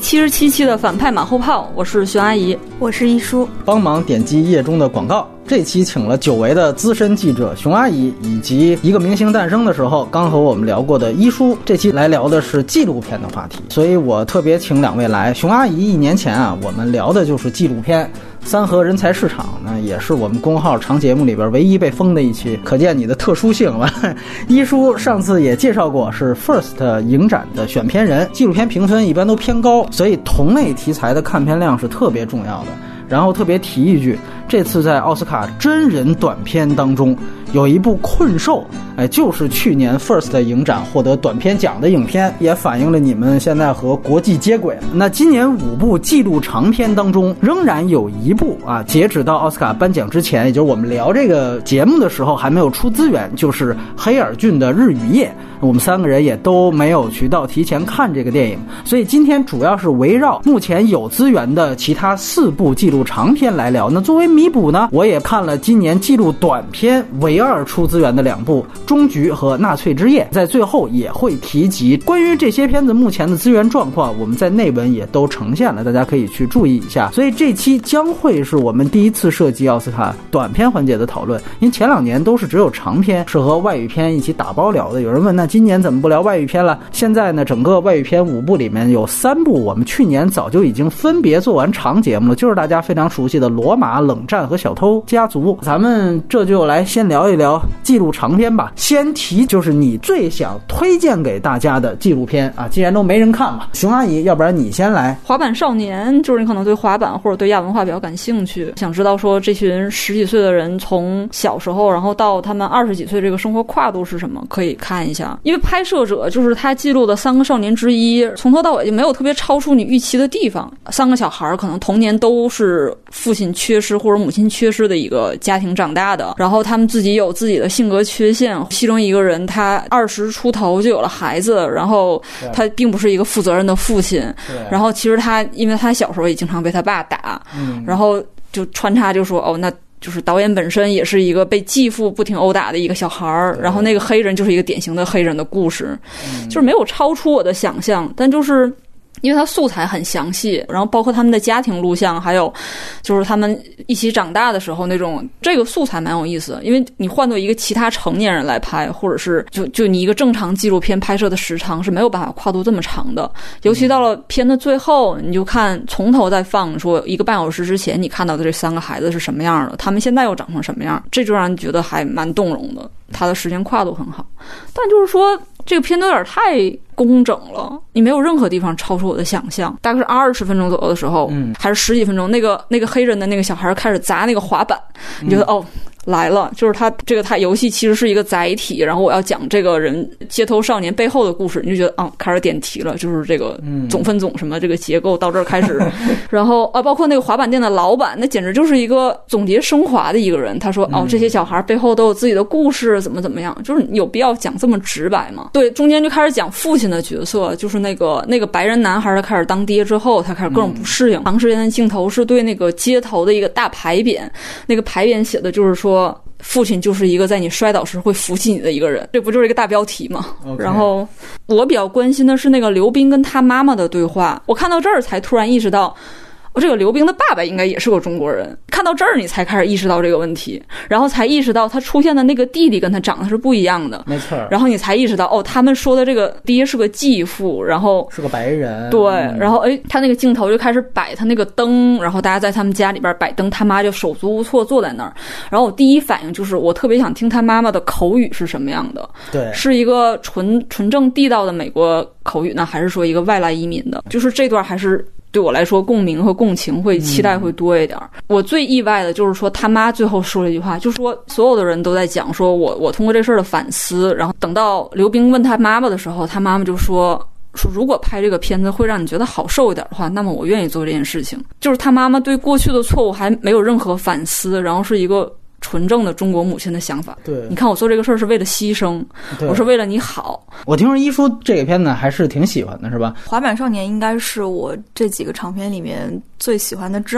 77期的反派马后炮，我是熊阿姨， 我是一叔。 帮忙点击页中的广告。这期请了久违的资深记者熊阿姨，以及一个明星诞生的时候刚和我们聊过的一叔。这期来聊的是纪录片的话题，所以我特别请两位来。熊阿姨1年前啊，我们聊的就是纪录片。三和人才市场呢，也是我们公号长节目里边唯一被封的一期，可见你的特殊性了。一叔上次也介绍过，是 First 影展的选片人，纪录片评分一般都偏高，所以同类题材的看片量是特别重要的。然后特别提一句，这次在奥斯卡真人短片当中有一部《困兽》，就是去年 First 影展获得短片奖的影片，也反映了你们现在和国际接轨。那今年5部纪录长片当中，仍然有一部啊，截止到奥斯卡颁奖之前，也就是我们聊这个节目的时候还没有出资源，就是黑尔郡的《日与夜》。我们3个人也都没有渠道提前看这个电影，所以今天主要是围绕目前有资源的其他4部纪录长片来聊。那作为弥补呢，我也看了今年纪录短片唯2出资源的2部《终局》和《纳粹之夜》，在最后也会提及关于这些片子目前的资源状况，我们在内文也都呈现了，大家可以去注意一下。所以这期将会是我们第一次涉及奥斯卡短片环节的讨论，因为前2年都是只有长片，是和外语片一起打包聊的。有人问，那今年怎么不聊外语片了？现在呢，整个外语片5部里面有3部我们去年早就已经分别做完长节目了，就是大家非常熟悉的《罗马》、《冷战》和《小偷家族》。咱们这就来先聊一聊纪录长片吧。先提就是你最想推荐给大家的纪录片啊，既然都没人看嘛，熊阿姨，要不然你先来。 滑板少年，就是你可能对滑板或者对亚文化比较感兴趣，想知道说这群10几岁的人从小时候然后到他们20几岁这个生活跨度是什么，可以看一下。因为拍摄者就是他记录的3个少年之一，从头到尾就没有特别超出你预期的地方。3个小孩可能童年都是父亲缺失或者母亲缺失的一个家庭长大的，然后他们自己有自己的性格缺陷，其中一个人他20出头就有了孩子，然后他并不是一个负责任的父亲，然后其实他因为他小时候也经常被他爸打，然后就穿插就说那就是导演本身也是一个被继父不停殴打的一个小孩儿，然后那个黑人就是一个典型的黑人的故事，就是没有超出我的想象，但就是因为他素材很详细，然后包括他们的家庭录像，还有就是他们一起长大的时候那种，这个素材蛮有意思的。因为你换做一个其他成年人来拍，或者是就你一个正常纪录片拍摄的时长是没有办法跨度这么长的，尤其到了片的最后，你就看从头再放，说1个半小时之前你看到的这3个孩子是什么样的，他们现在又长成什么样，这就让人觉得还蛮动容的，他的时间跨度很好。但就是说这个片都有点太工整了，你没有任何地方超出我的想象。大概是20分钟左右的时候，还是10几分钟，那个黑人的那个小孩开始砸那个滑板，你觉得来了，就是他游戏其实是一个载体，然后我要讲这个人街头少年背后的故事，你就觉得开始点题了，就是这个总分总什么这个结构到这儿开始，然后包括那个滑板店的老板，那简直就是一个总结升华的一个人。他说这些小孩背后都有自己的故事，怎么样，就是有必要讲这么直白吗？对，中间就开始讲父亲的角色，就是那个白人男孩他开始当爹之后，他开始各种不适应，长时间的镜头是对那个街头的一个大牌匾，那个牌匾写的就是说父亲就是一个在你摔倒时会扶起你的一个人，这不就是一个大标题吗？ 然后我比较关心的是那个刘彬跟他妈妈的对话，我看到这儿才突然意识到这个刘彬的爸爸应该也是个中国人，看到这儿你才开始意识到这个问题，然后才意识到他出现的那个弟弟跟他长得是不一样的， 没错。 然后你才意识到他们说的这个爹是个继父，然后是个白人， 对，然后他那个镜头就开始摆他那个灯，然后大家在他们家里边摆灯，他妈就手足无措坐在那儿，然后我第一反应就是我特别想听他妈妈的口语是什么样的，对，是一个纯正地道的美国口语呢，还是说一个外来移民的，就是这段还是对我来说共鸣和共情会期待会多一点。我最意外的就是说他妈最后说了一句话，就说所有的人都在讲说我通过这事儿的反思，然后等到刘彬问他妈妈的时候，他妈妈就说如果拍这个片子会让你觉得好受一点的话，那么我愿意做这件事情。就是他妈妈对过去的错误还没有任何反思，然后是一个纯正的中国母亲的想法。对，你看我做这个事儿是为了牺牲，我是为了你好。 我听说一叔这个片子还是挺喜欢的，是吧？ 滑板少年应该是我这几个长片里面最喜欢的之二。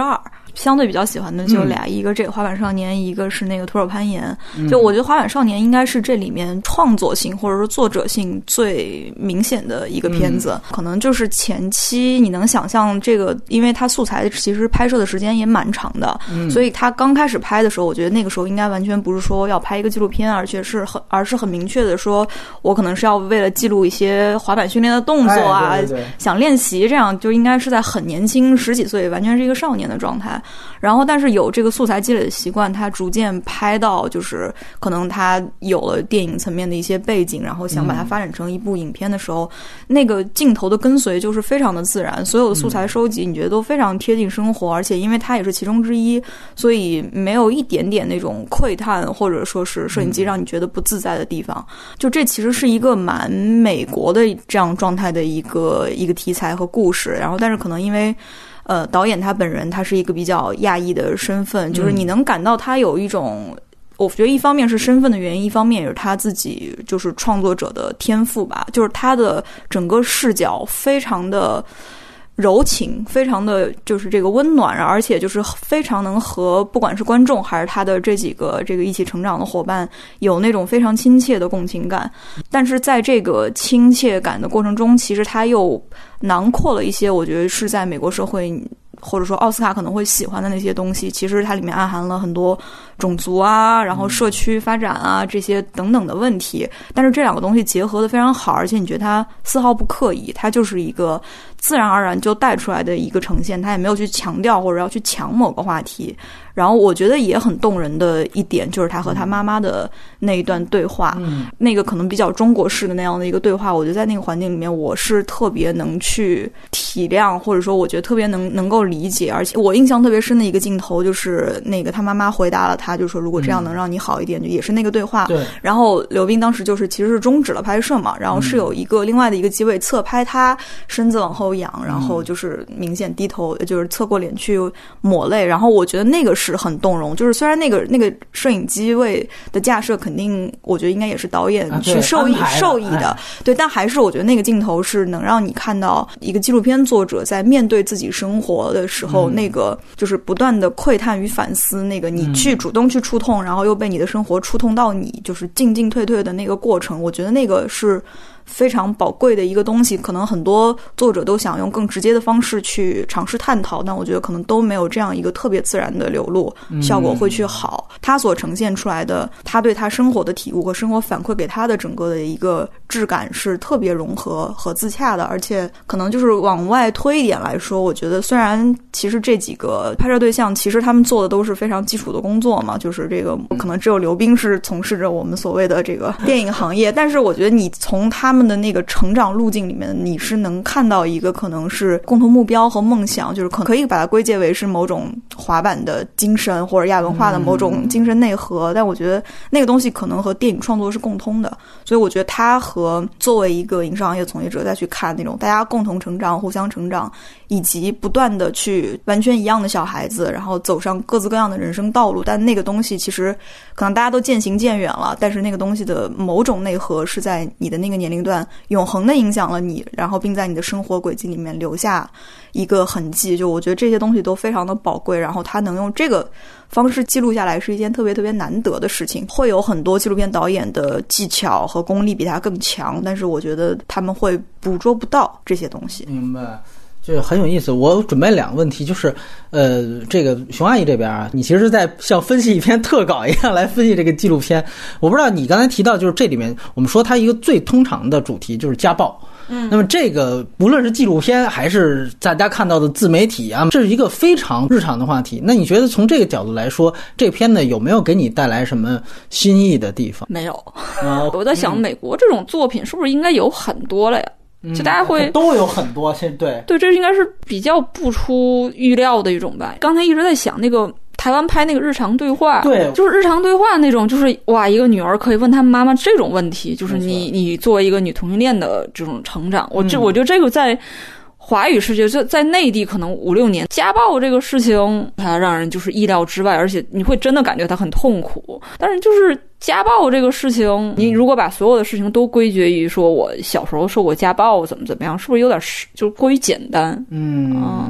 相对比较喜欢的就俩，一个这个滑板少年，一个是那个徒手攀岩。就我觉得滑板少年应该是这里面创作性或者说作者性最明显的一个片子，可能就是前期你能想象这个，因为它素材其实拍摄的时间也蛮长的，所以他刚开始拍的时候，我觉得那个时候应该完全不是说要拍一个纪录片，而是很明确的说，我可能是要为了记录一些滑板训练的动作啊， 对对对， 想练习，这样就应该是在很年轻10几岁，完全是一个少年的状态。然后但是有这个素材积累的习惯，他逐渐拍到就是可能他有了电影层面的一些背景，然后想把它发展成一部影片的时候，那个镜头的跟随就是非常的自然，所有的素材收集你觉得都非常贴近生活，而且因为它也是其中之一，所以没有一点点那种窥探或者说是摄影机让你觉得不自在的地方。就这其实是一个蛮美国的这样状态的一个题材和故事，然后但是可能因为导演他本人他是一个比较亚裔的身份，就是你能感到他有一种，我觉得一方面是身份的原因，一方面也是他自己就是创作者的天赋吧，就是他的整个视角非常的柔情，非常的就是这个温暖，而且就是非常能和不管是观众还是他的这几个这个一起成长的伙伴有那种非常亲切的共情感。但是在这个亲切感的过程中，其实他又囊括了一些我觉得是在美国社会或者说奥斯卡可能会喜欢的那些东西，其实它里面暗含了很多种族啊，然后社区发展啊这些等等的问题，但是这两个东西结合得非常好，而且你觉得它丝毫不刻意，它就是一个自然而然就带出来的一个呈现，它也没有去强调或者要去抢某个话题。然后我觉得也很动人的一点就是他和他妈妈的那一段对话，那个可能比较中国式的那样的一个对话，我觉得在那个环境里面我是特别能去体谅，或者说我觉得特别能够理解。而且我印象特别深的一个镜头就是那个他妈妈回答了他，就说如果这样能让你好一点，就也是那个对话。 对。 然后刘彬当时就是其实是终止了拍摄嘛，然后是有一个另外的一个机位侧拍他身子往后仰，然后就是明显低头，就是侧过脸去抹泪，然后我觉得那个是很动容，就是虽然那个摄影机位的架设肯定我觉得应该也是导演去授意的，对，但还是我觉得那个镜头是能让你看到一个纪录片作者在面对自己生活的时候，那个就是不断的窥探与反思，那个你去主动去触痛，然后又被你的生活触痛到你，就是进进退退的那个过程，我觉得那个是非常宝贵的一个东西。可能很多作者都想用更直接的方式去尝试探讨，但我觉得可能都没有这样一个特别自然的流露，效果会去好。他所呈现出来的他对他生活的体悟和生活反馈给他的整个的一个质感是特别融合和自洽的。而且可能就是往外推一点来说，我觉得虽然其实这几个拍摄对象其实他们做的都是非常基础的工作嘛，就是这个可能只有刘彬是从事着我们所谓的这个电影行业，但是我觉得你从他们的那个成长路径里面，你是能看到一个可能是共同目标和梦想，就是可以把它归结为是某种滑板的精神或者亚文化的某种精神内核，但我觉得那个东西可能和电影创作是共通的。所以我觉得他和作为一个影视行业从业者再去看那种大家共同成长互相成长，以及不断的去完全一样的小孩子然后走上各自各样的人生道路，但那个东西其实可能大家都渐行渐远了，但是那个东西的某种内核是在你的那个年龄段永恒的影响了你，然后并在你的生活轨迹里面留下一个痕迹。就我觉得这些东西都非常的宝贵，然后他能用这个方式记录下来是一件特别特别难得的事情。会有很多纪录片导演的技巧和功力比他更强，但是我觉得他们会捕捉不到这些东西。 明白，这很有意思。我准备两个问题，就是这个熊阿姨这边啊，你其实在像分析一篇特稿一样来分析这个纪录片。我不知道你刚才提到，就是这里面我们说它一个最通常的主题就是家暴。那么这个不论是纪录片还是大家看到的自媒体啊，这是一个非常日常的话题。那你觉得从这个角度来说，这片呢有没有给你带来什么新意的地方？ 没有。我在想美国这种作品是不是应该有很多了呀？就大家会都有很多，对， 这应该是比较不出预料的一种吧。刚才一直在想那个台湾拍那个日常对话， 对， 就是日常对话那种，就是哇，一个女儿可以问她妈妈这种问题，就是你作为一个女同性恋的这种成长，我觉得这个在华语世界，在内地可能5-6年，家暴这个事情它让人就是意料之外，而且你会真的感觉它很痛苦。但是就是家暴这个事情，你如果把所有的事情都归结于说我小时候受过家暴怎么样，是不是有点就过于简单？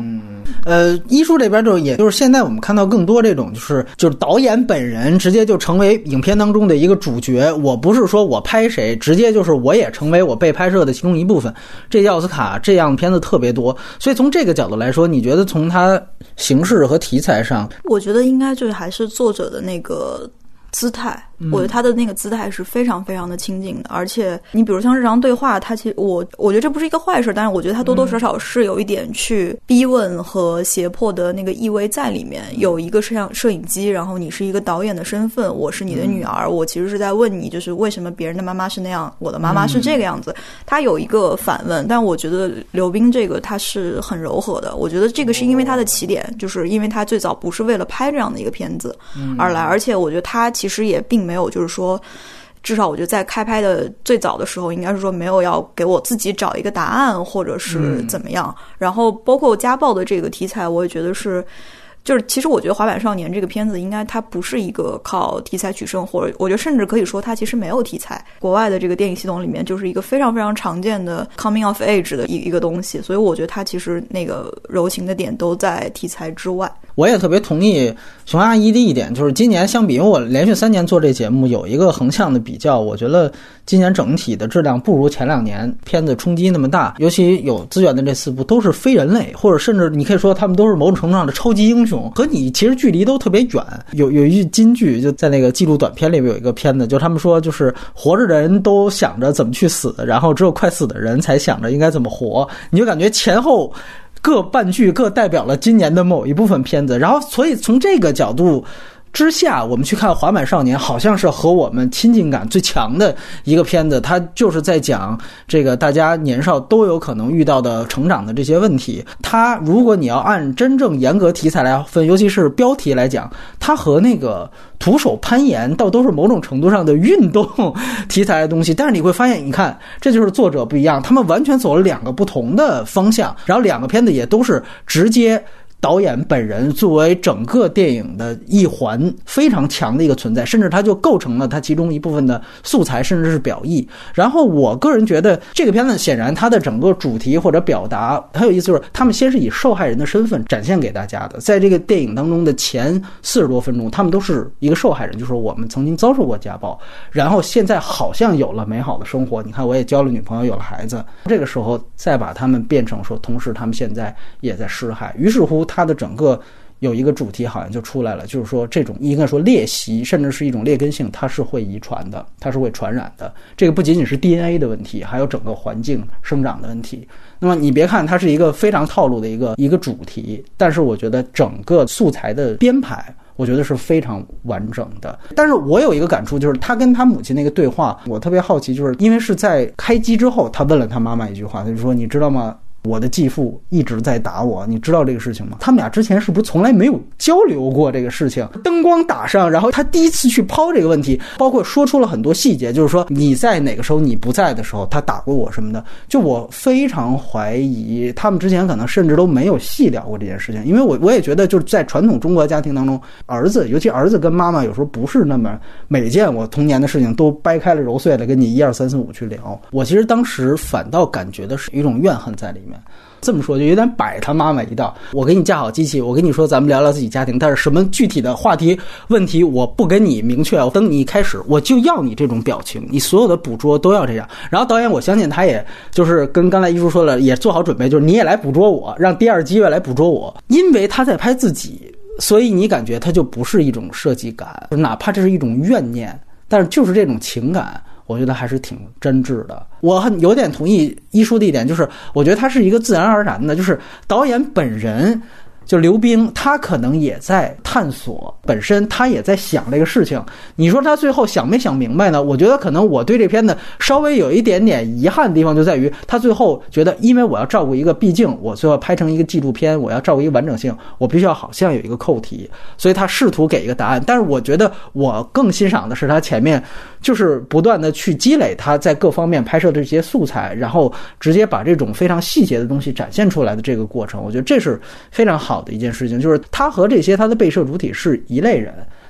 一书这边也就是现在我们看到更多这种就是导演本人直接就成为影片当中的一个主角，我不是说我拍谁，直接就是我也成为我被拍摄的其中一部分。这奥斯卡这样的片子特别多，所以从这个角度来说，你觉得从它形式和题材上， 我觉得应该就是还是作者的那个姿态，我觉得他的那个姿态是非常非常的亲近的，而且你比如像日常对话，他其实我觉得这不是一个坏事，但是我觉得他多多少少是有一点去逼问和胁迫的那个意味在里面。有一个摄影机，然后你是一个导演的身份，我是你的女儿，我其实是在问你，就是为什么别人的妈妈是那样，我的妈妈是这个样子。他有一个反问，但我觉得刘彬这个他是很柔和的。我觉得这个是因为他的起点，就是因为他最早不是为了拍这样的一个片子而来，而且我觉得他其实也并没有就是说，至少我觉得在开拍的最早的时候，应该是说没有要给我自己找一个答案或者是怎么样。然后包括家暴的这个题材，我也觉得是。就是其实我觉得《滑板少年》这个片子应该它不是一个靠题材取胜，或者我觉得甚至可以说它其实没有题材。国外的这个电影系统里面就是一个非常非常常见的 coming of age 的一个东西，所以我觉得它其实那个柔情的点都在题材之外。 我也特别同意熊阿姨的一点，就是今年相比，因为我连续3年做这节目，有一个横向的比较，我觉得今年整体的质量不如前2年片子冲击那么大，尤其有资源的这4部都是非人类，或者甚至你可以说他们都是某种程度上的超级英雄，和你其实距离都特别远。有一句金句，就在那个纪录短片里面有一个片子，就他们说就是活着的人都想着怎么去死，然后只有快死的人才想着应该怎么活，你就感觉前后各半句各代表了今年的某一部分片子。然后所以从这个角度之下，我们去看《滑板少年》，好像是和我们亲近感最强的一个片子，它就是在讲这个大家年少都有可能遇到的成长的这些问题。它如果你要按真正严格题材来分，尤其是标题来讲，它和那个徒手攀岩倒都是某种程度上的运动题材的东西，但是你会发现，你看这就是作者不一样，他们完全走了2个不同的方向，然后2个片子也都是直接导演本人作为整个电影的一环非常强的一个存在，甚至它就构成了它其中一部分的素材，甚至是表意。然后我个人觉得这个片子显然它的整个主题或者表达很有意思，就是他们先是以受害人的身份展现给大家的，在这个电影当中的前40多分钟，他们都是一个受害人，就是我们曾经遭受过家暴，然后现在好像有了美好的生活，你看我也交了女朋友，有了孩子，这个时候再把他们变成说同时他们现在也在施害，于是乎它的整个有一个主题好像就出来了，就是说这种应该说劣习甚至是一种劣根性，它是会遗传的，它是会传染的。这个不仅仅是 DNA 的问题，还有整个环境生长的问题。那么你别看它是一个非常套路的一个主题，但是我觉得整个素材的编排我觉得是非常完整的。但是我有一个感触，就是他跟他母亲那个对话，我特别好奇，就是因为是在开机之后，他问了他妈妈一句话，他就说你知道吗，我的继父一直在打我，你知道这个事情吗？他们俩之前是不是从来没有交流过这个事情？灯光打上，然后他第一次去抛这个问题，包括说出了很多细节，就是说你在哪个时候你不在的时候他打过我什么的。就我非常怀疑他们之前可能甚至都没有细聊过这件事情，因为我也觉得就是在传统中国家庭当中，儿子尤其儿子跟妈妈有时候不是那么每件我童年的事情都掰开了揉碎了跟你1、2、3、4、5去聊。我其实当时反倒感觉的是一种怨恨在里面。这么说就有点摆他妈妈一道，我给你架好机器，我跟你说咱们聊聊自己家庭，但是什么具体的话题问题我不跟你明确，等你一开始我就要你这种表情，你所有的捕捉都要这样。然后导演我相信他也就是跟刚才一叔说了，也做好准备，就是你也来捕捉我，让第二机会来捕捉我，因为他在拍自己，所以你感觉他就不是一种设计感，哪怕这是一种怨念，但是就是这种情感我觉得还是挺真挚的。我有点同意一叔的一点，就是我觉得他是一个自然而然的，就是导演本人就刘彬他可能也在探索，本身他也在想这个事情。你说他最后想没想明白呢？我觉得可能我对这片子稍微有一点点遗憾的地方就在于他最后觉得因为我要照顾一个，毕竟我最后拍成一个纪录片，我要照顾一个完整性，我必须要好像有一个扣题，所以他试图给一个答案。但是我觉得我更欣赏的是他前面就是不断的去积累他在各方面拍摄的这些素材，然后直接把这种非常细节的东西展现出来的这个过程，我觉得这是非常好的一件事情。就是他和这些他的被摄主体是一类人，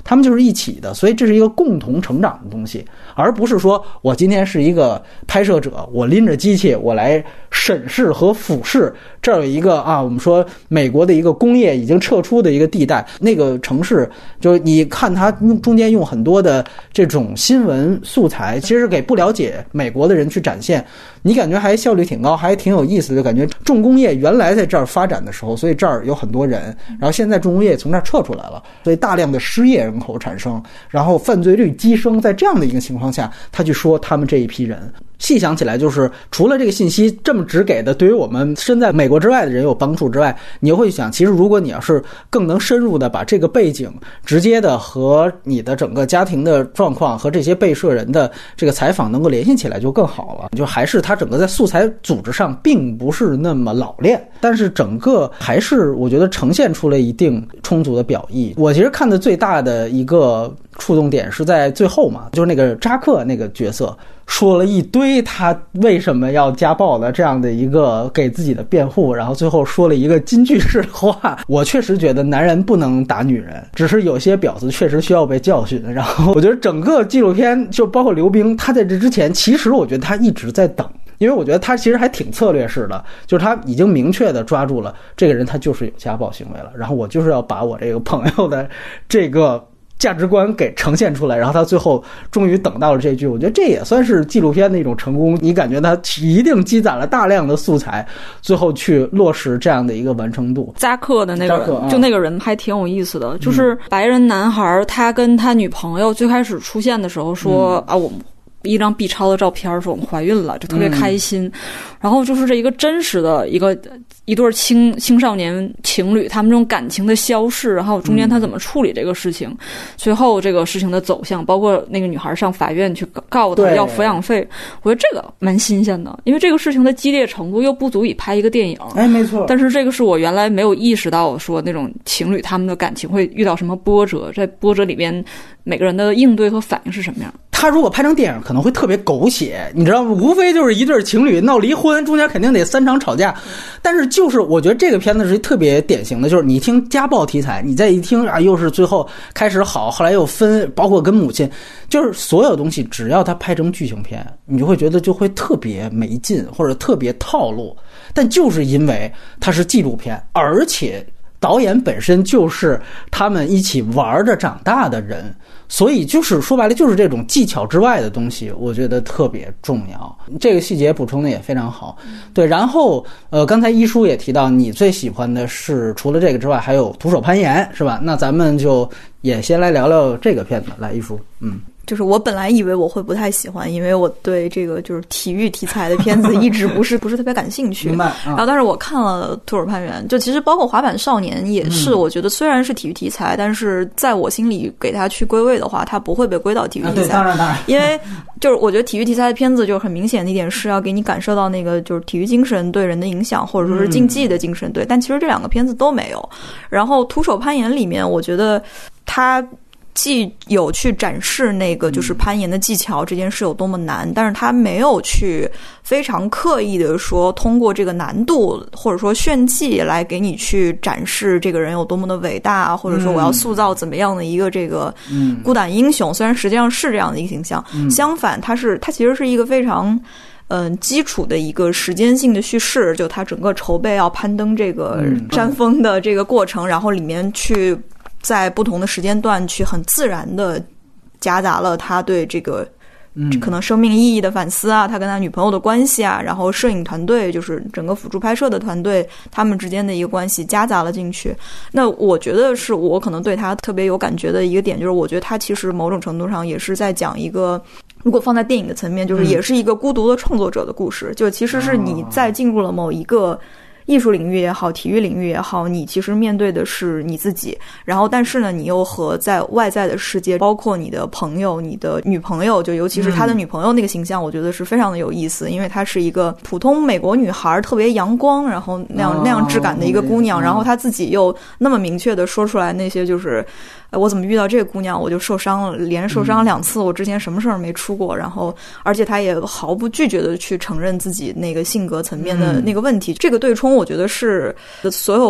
他们就是一起的，所以这是一个共同成长的东西，而不是说我今天是一个拍摄者，我拎着机器我来审视和俯视，这儿有一个我们说美国的一个工业已经撤出的一个地带，那个城市就是你看它中间用很多的这种新闻素材，其实给不了解美国的人去展现，你感觉还效率挺高，还挺有意思的感觉。重工业原来在这儿发展的时候，所以这儿有很多人，然后现在重工业从这儿撤出来了，所以大量的失业人口产生，然后犯罪率激升，在这样的一个情况下，他去说他们这一批人。细想起来，就是除了这个信息这么只给的对于我们身在美国之外的人有帮助之外，你又会想，其实如果你要是更能深入的把这个背景直接的和你的整个家庭的状况和这些被摄人的这个采访能够联系起来就更好了。就还是它整个在素材组织上并不是那么老练，但是整个还是我觉得呈现出了一定充足的表意。我其实看的最大的一个触动点是在最后嘛，就是那个扎克那个角色说了一堆他为什么要家暴的这样的一个给自己的辩护，然后最后说了一个金句式的话。我确实觉得男人不能打女人，只是有些婊子确实需要被教训。然后我觉得整个纪录片就包括刘冰，他在这之前其实我觉得他一直在等，因为我觉得他其实还挺策略式的，就是他已经明确的抓住了这个人他就是有家暴行为了，然后我就是要把我这个朋友的这个价值观给呈现出来，然后他最后终于等到了这句，我觉得这也算是纪录片的一种成功。你感觉他一定积攒了大量的素材，最后去落实这样的一个完成度。 扎克的那个人，就那个人还挺有意思的，就是白人男孩，他跟他女朋友最开始出现的时候说我们一张 B 超的照片，说我们怀孕了，就特别开心。然后就是这一个真实的一对青少年情侣，他们这种感情的消逝，然后中间他怎么处理这个事情，最后这个事情的走向，包括那个女孩上法院去告他要抚养费，我觉得这个蛮新鲜的，因为这个事情的激烈程度又不足以拍一个电影。 没错。但是这个是我原来没有意识到，说那种情侣他们的感情会遇到什么波折，在波折里边每个人的应对和反应是什么样。 他如果拍成电影可能会特别狗血，你知道吗？无非就是一对情侣闹离婚，中间肯定得3场吵架。但是就是我觉得这个片子是特别典型的，就是你听家暴题材，你再一听又是最后开始好，后来又分，包括跟母亲，就是所有东西只要他拍成剧情片，你就会觉得就会特别没劲或者特别套路。但就是因为它是纪录片，而且导演本身就是他们一起玩着长大的人，所以就是说白了就是这种技巧之外的东西，我觉得特别重要。这个细节补充的也非常好。对，然后刚才一叔也提到你最喜欢的是除了这个之外还有徒手攀岩，是吧？那咱们就也先来聊聊这个片子。来，一叔。 就是我本来以为我会不太喜欢，因为我对这个就是体育题材的片子一直不是特别感兴趣。 明白。 然后但是我看了徒手攀岩，就其实包括滑板少年也是，我觉得虽然是体育题材，但是在我心里给它去归位的话，它不会被归到体育题材。 对，当然。 因为就是我觉得体育题材的片子就是很明显的一点是要给你感受到那个就是体育精神对人的影响，或者说是竞技的精神对。但其实这两个片子都没有。然后徒手攀岩里面，我觉得它既有去展示那个就是攀岩的技巧这件事有多么难，但是他没有去非常刻意的说通过这个难度或者说炫技来给你去展示这个人有多么的伟大，或者说我要塑造怎么样的一个这个孤胆英雄，虽然实际上是这样的一个形象，相反它其实是一个非常基础的一个时间性的叙事，就他整个筹备要攀登这个山峰的这个过程，然后里面去在不同的时间段去很自然的夹杂了他对这个可能生命意义的反思啊，他跟他女朋友的关系啊，然后摄影团队就是整个辅助拍摄的团队他们之间的一个关系夹杂了进去。那我觉得是我可能对他特别有感觉的一个点，就是我觉得他其实某种程度上也是在讲一个，如果放在电影的层面，就是也是一个孤独的创作者的故事，就其实是你在进入了某一个艺术领域也好，体育领域也好，你其实面对的是你自己，然后但是呢你又和在外在的世界，包括你的朋友你的女朋友，就尤其是他的女朋友那个形象，我觉得是非常的有意思，因为她是一个普通美国女孩，特别阳光，然后那样质感的一个姑娘，然后她自己又那么明确的说出来那些就是我怎么遇到这个姑娘我就受伤了，连受伤2次，我之前什么事儿没出过，然后而且她也毫不拒绝的去承认自己那个性格层面的那个问题，这个对冲我觉得是所有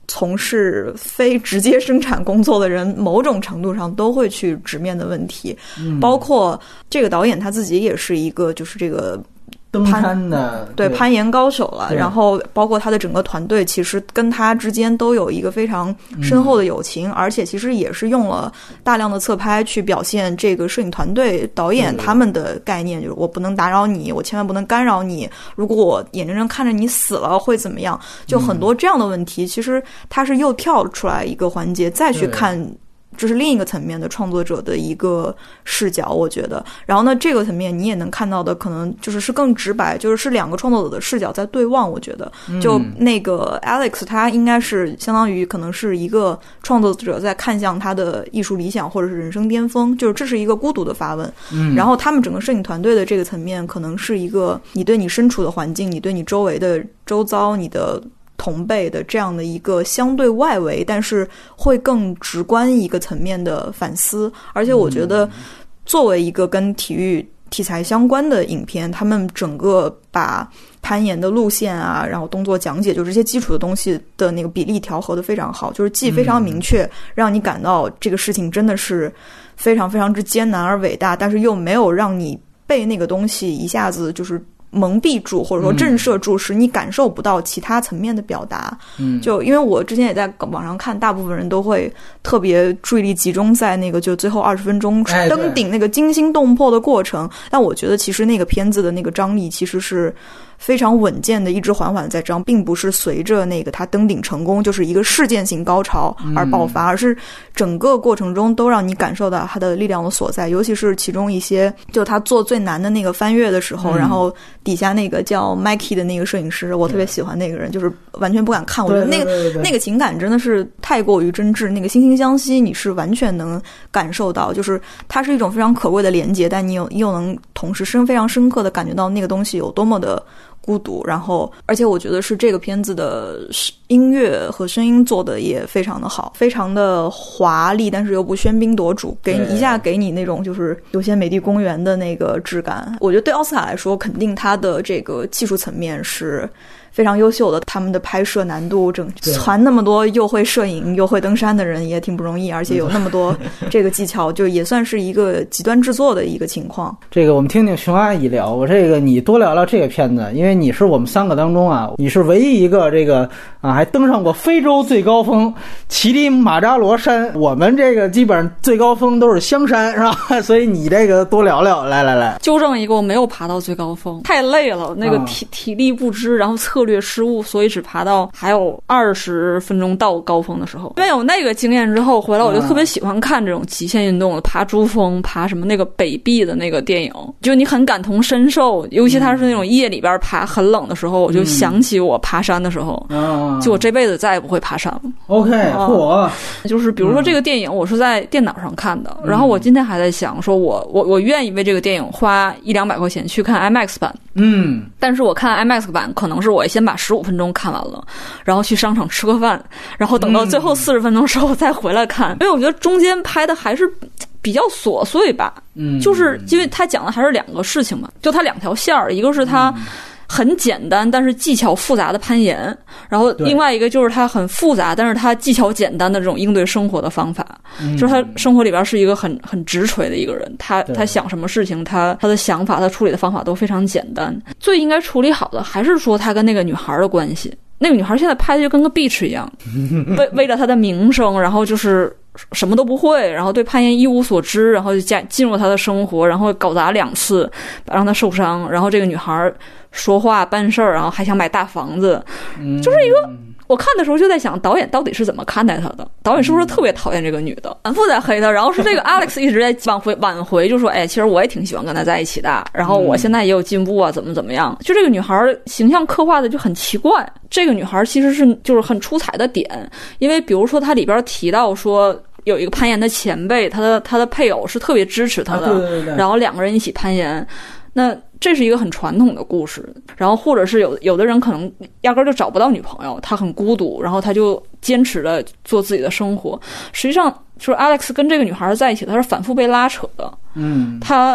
从事非直接生产工作的人某种程度上都会去直面的问题，包括这个导演他自己也是一个就是这个登山的对攀岩高手了，然后包括他的整个团队其实跟他之间都有一个非常深厚的友情，而且其实也是用了大量的侧拍去表现这个摄影团队导演他们的概念，就是我不能打扰你，我千万不能干扰你，如果我眼睁睁看着你死了会怎么样，就很多这样的问题，其实他是又跳出来一个环节再去看，这是另一个层面的创作者的一个视角，我觉得。然后呢，这个层面你也能看到的，可能是更直白，是两个创作者的视角在对望。我觉得，就那个 Alex， 他应该是相当于可能是一个创作者在看向他的艺术理想或者是人生巅峰，这是一个孤独的发问。然后他们整个摄影团队的这个层面，可能是一个你对你身处的环境，你对你周围的周遭，你的同辈的这样的一个相对外围但是会更直观一个层面的反思。而且我觉得作为一个跟体育题材相关的影片，他们整个把攀岩的路线啊，然后动作讲解，就这些基础的东西的那个比例调和的非常好，既非常明确，让你感到这个事情真的是非常非常之艰难而伟大，但是又没有让你被那个东西一下子蒙蔽住，或者说震慑住，使你感受不到其他层面的表达。就因为我之前也在网上看，大部分人都会特别注意力集中在那个就最后20分钟登顶那个惊心动魄的过程，但我觉得其实那个片子的那个张力其实是非常稳健的，一直缓缓在涨，并不是随着那个他登顶成功就是一个事件性高潮而爆发，而是整个过程中都让你感受到他的力量的所在。尤其是其中一些，就他做最难的那个翻越的时候，然后底下那个叫 Mikey 的那个摄影师，我特别喜欢那个人，完全不敢看，我觉得那个情感真的是太过于真挚，那个惺惺相惜你是完全能感受到，它是一种非常可贵的连结，但你又能同时非常深刻的感觉到那个东西有多么的孤独。然后而且我觉得是这个片子的音乐和声音做的也非常的好，非常的华丽，但是又不喧宾夺主，一下给你那种有些美的公园的那个质感。我觉得对奥斯卡来说，肯定它的这个技术层面是非常优秀的，他们的拍摄难度传那么多又会摄影又会登山的人也挺不容易，而且有那么多这个技巧，就也算是一个极端制作的一个情况。 这个我们听听熊阿姨聊，我你多聊聊这个片子，因为你是我们3个当中啊，你是唯一一个还登上过非洲最高峰乞力马扎罗山，我们这个基本上最高峰都是香山，是吧？所以你这个多聊聊，来纠正一个，我没有爬到最高峰，太累了，那个体力不支，然后策略失误，所以只爬到还有20分钟到高峰的时候。因为有那个经验之后回来，我就特别喜欢看这种极限运动的，爬珠峰，爬什么那个北壁的那个电影，就你很感同身受，尤其它是那种夜里边爬很冷的时候，我就想起我爬山的时候，就我这辈子再也不会爬山了。 OK， 就是比如说这个电影我是在电脑上看的，然后我今天还在想说我愿意为这个电影花100-200块钱去看 IMAX 版，但是我看 IMAX 版可能是我先把15分钟看完了，然后去商场吃个饭，然后等到最后40分钟的时候再回来看，因为我觉得中间拍的还是比较琐碎吧，就是因为他讲的还是2个事情嘛，就他2条线儿，一个是他很简单但是技巧复杂的攀岩，然后另外一个就是他很复杂但是他技巧简单的这种应对生活的方法，就是他生活里边是一个很直锤的一个人，他想什么事情，他的想法，他处理的方法都非常简单。最应该处理好的还是说他跟那个女孩的关系，那个女孩现在拍的就跟个 bitch 一样，为了她的名声，然后什么都不会，然后对攀岩一无所知，然后就进入她的生活，然后搞砸2次，让她受伤，然后这个女孩说话办事儿，然后还想买大房子，就是一个我看的时候就在想，导演到底是怎么看待她的？导演是不是特别讨厌这个女的，反复在黑她？然后是这个 Alex 一直在挽回，就说其实我也挺喜欢跟她在一起的，然后我现在也有进步啊，怎么样？就这个女孩形象刻画的就很奇怪。这个女孩其实是很出彩的点，因为比如说她里边提到说有一个攀岩的前辈，她的配偶是特别支持她的， 对， 然后2个人一起攀岩。那这是一个很传统的故事，然后或者是有的人可能压根就找不到女朋友，他很孤独，然后他就坚持的做自己的生活。实际上就是 Alex 跟这个女孩在一起，他是反复被拉扯的，他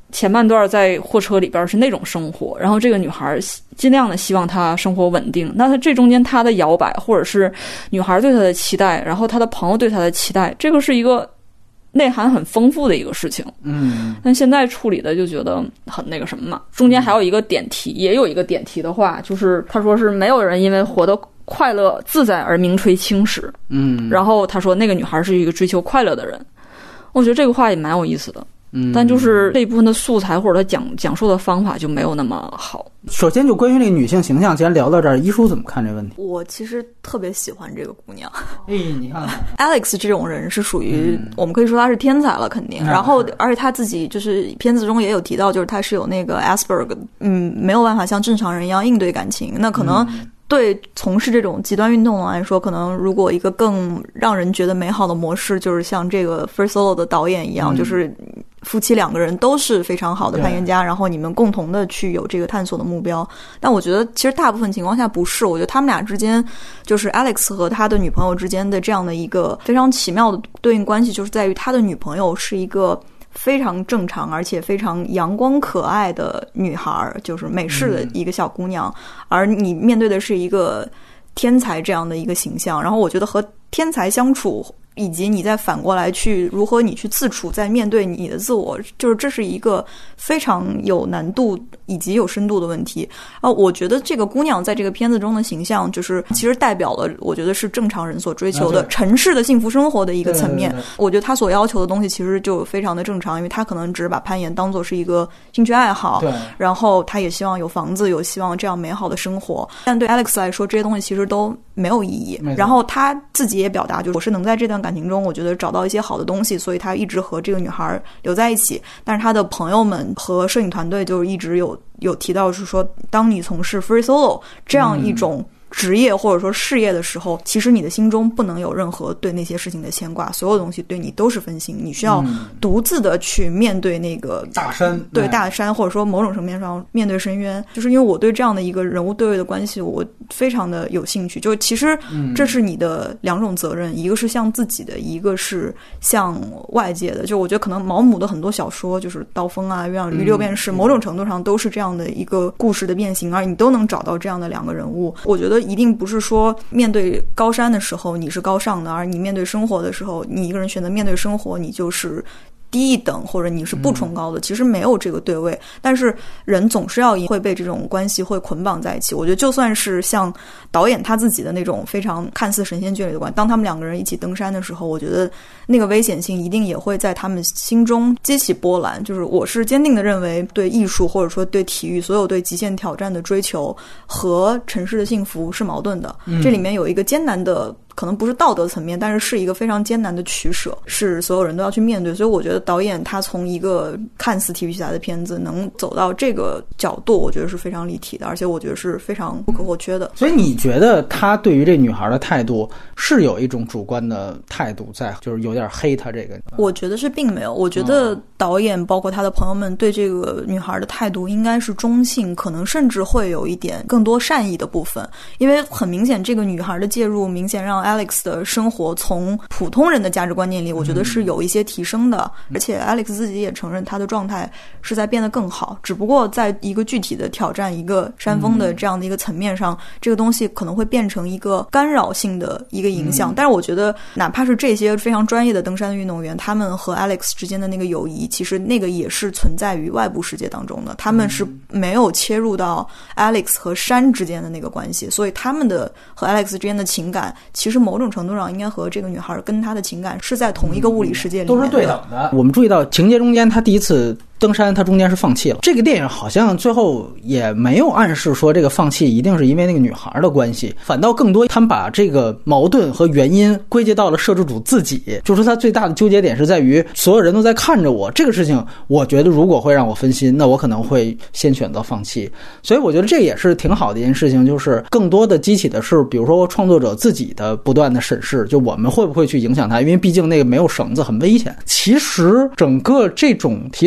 前半段在货车里边是那种生活，然后这个女孩尽量的希望她生活稳定，那她这中间她的摇摆，或者是女孩对她的期待，然后她的朋友对她的期待，这个是一个内涵很丰富的一个事情。但现在处理的就觉得很那个什么嘛。中间还有一个点题，也有一个点题的话，就是他说是没有人因为活得快乐自在而名垂青史。然后他说那个女孩是一个追求快乐的人，我觉得这个话也蛮有意思的。但就是这一部分的素材或者他讲述的方法就没有那么好。 首先就关于这个女性形象，既然聊到这儿，一书怎么看这个问题？ 我其实特别喜欢这个姑娘。 你看看 Alex 这种人是属于我们可以说她是天才了，肯定。然后而且她自己就是片子中也有提到，就是她是有那个 Asperger， 没有办法像正常人一样应对感情。那可能对从事这种极端运动来说，可能如果一个更让人觉得美好的模式，就是像这个 First Solo 的导演一样，就是夫妻两个人都是非常好的攀岩家，然后你们共同的去有这个探索的目标。但我觉得其实大部分情况下不是，我觉得他们俩之间，就是 Alex 和他的女朋友之间的这样的一个非常奇妙的对应关系，就是在于他的女朋友是一个非常正常而且非常阳光可爱的女孩，就是美式的一个小姑娘，而你面对的是一个天才这样的一个形象。然后我觉得和天才相处，以及你再反过来去如何你去自处，在面对你的自我，就是这是一个非常有难度以及有深度的问题。我觉得这个姑娘在这个片子中的形象，就是其实代表了我觉得是正常人所追求的城市的幸福生活的一个层面。我觉得她所要求的东西其实就非常的正常，因为她可能只是把攀岩当作是一个兴趣爱好，然后她也希望有房子，有希望这样美好的生活。但对 Alex 来说，这些东西其实都没有意义。然后她自己也表达，就是我是能在这段感情中我觉得找到一些好的东西，所以他一直和这个女孩留在一起。但是他的朋友们和摄影团队就一直有提到，是说当你从事 free solo 这样一种职业或者说事业的时候，其实你的心中不能有任何对那些事情的牵挂，所有东西对你都是分心，你需要独自的去面对那个大山， 对大山，或者说某种层面上面对深渊。就是因为我对这样的一个人物对位的关系我非常的有兴趣，就其实这是你的两种责任，一个是向自己的，一个是向外界的。就我觉得可能毛姆的很多小说，就是刀锋啊、鸳鸯驴六便士，某种程度上都是这样的一个故事的变形，而你都能找到这样的两个人物。我觉得一定不是说面对高山的时候你是高尚的，而你面对生活的时候，你一个人选择面对生活，你就是低一等，或者你是不崇高的。其实没有这个对位，但是人总是要会被这种关系会捆绑在一起。我觉得就算是像导演他自己的那种非常看似神仙眷侣的关系，当他们两个人一起登山的时候，我觉得那个危险性一定也会在他们心中激起波澜。就是我是坚定的认为，对艺术或者说对体育，所有对极限挑战的追求和城市的幸福是矛盾的。这里面有一个艰难的，可能不是道德层面，但是是一个非常艰难的取舍，是所有人都要去面对。所以我觉得导演他从一个看似体育题材的片子能走到这个角度，我觉得是非常立体的，而且我觉得是非常不可或缺的。 所以你觉得他对于这女孩的态度是有一种主观的态度在，就是有点黑他这个？ 我觉得是并没有，我觉得导演包括他的朋友们对这个女孩的态度应该是中性，可能甚至会有一点更多善意的部分。因为很明显这个女孩的介入明显让 Alex 的生活从普通人的价值观念里我觉得是有一些提升的，而且 Alex 自己也承认他的状态是在变得更好，只不过在一个具体的挑战一个山峰的这样的一个层面上，这个东西可能会变成一个干扰性的一个影响。但是我觉得哪怕是这些非常专业的登山的运动员，他们和 Alex 之间的那个友谊，其实那个也是存在于外部世界当中的，他们是没有切入到 Alex 和山之间的那个关系，所以他们的和 Alex 之间的情感其实某种程度上应该和这个女孩跟她的情感是在同一个物理世界里面的， 都是对等的。我们注意到情节中间他第一次登山，他中间是放弃了。这个电影好像最后也没有暗示说这个放弃一定是因为那个女孩的关系，反倒更多他们把这个矛盾和原因归结到了摄制组自己，就是他最大的纠结点是在于所有人都在看着我，这个事情我觉得如果会让我分心，那我可能会先选择放弃。所以我觉得这也是挺好的一件事情，就是更多的激起的是比如说创作者自己的不断的审视，就我们会不会去影响他，因为毕竟那个没有绳子很危险。其实整个这种题材我们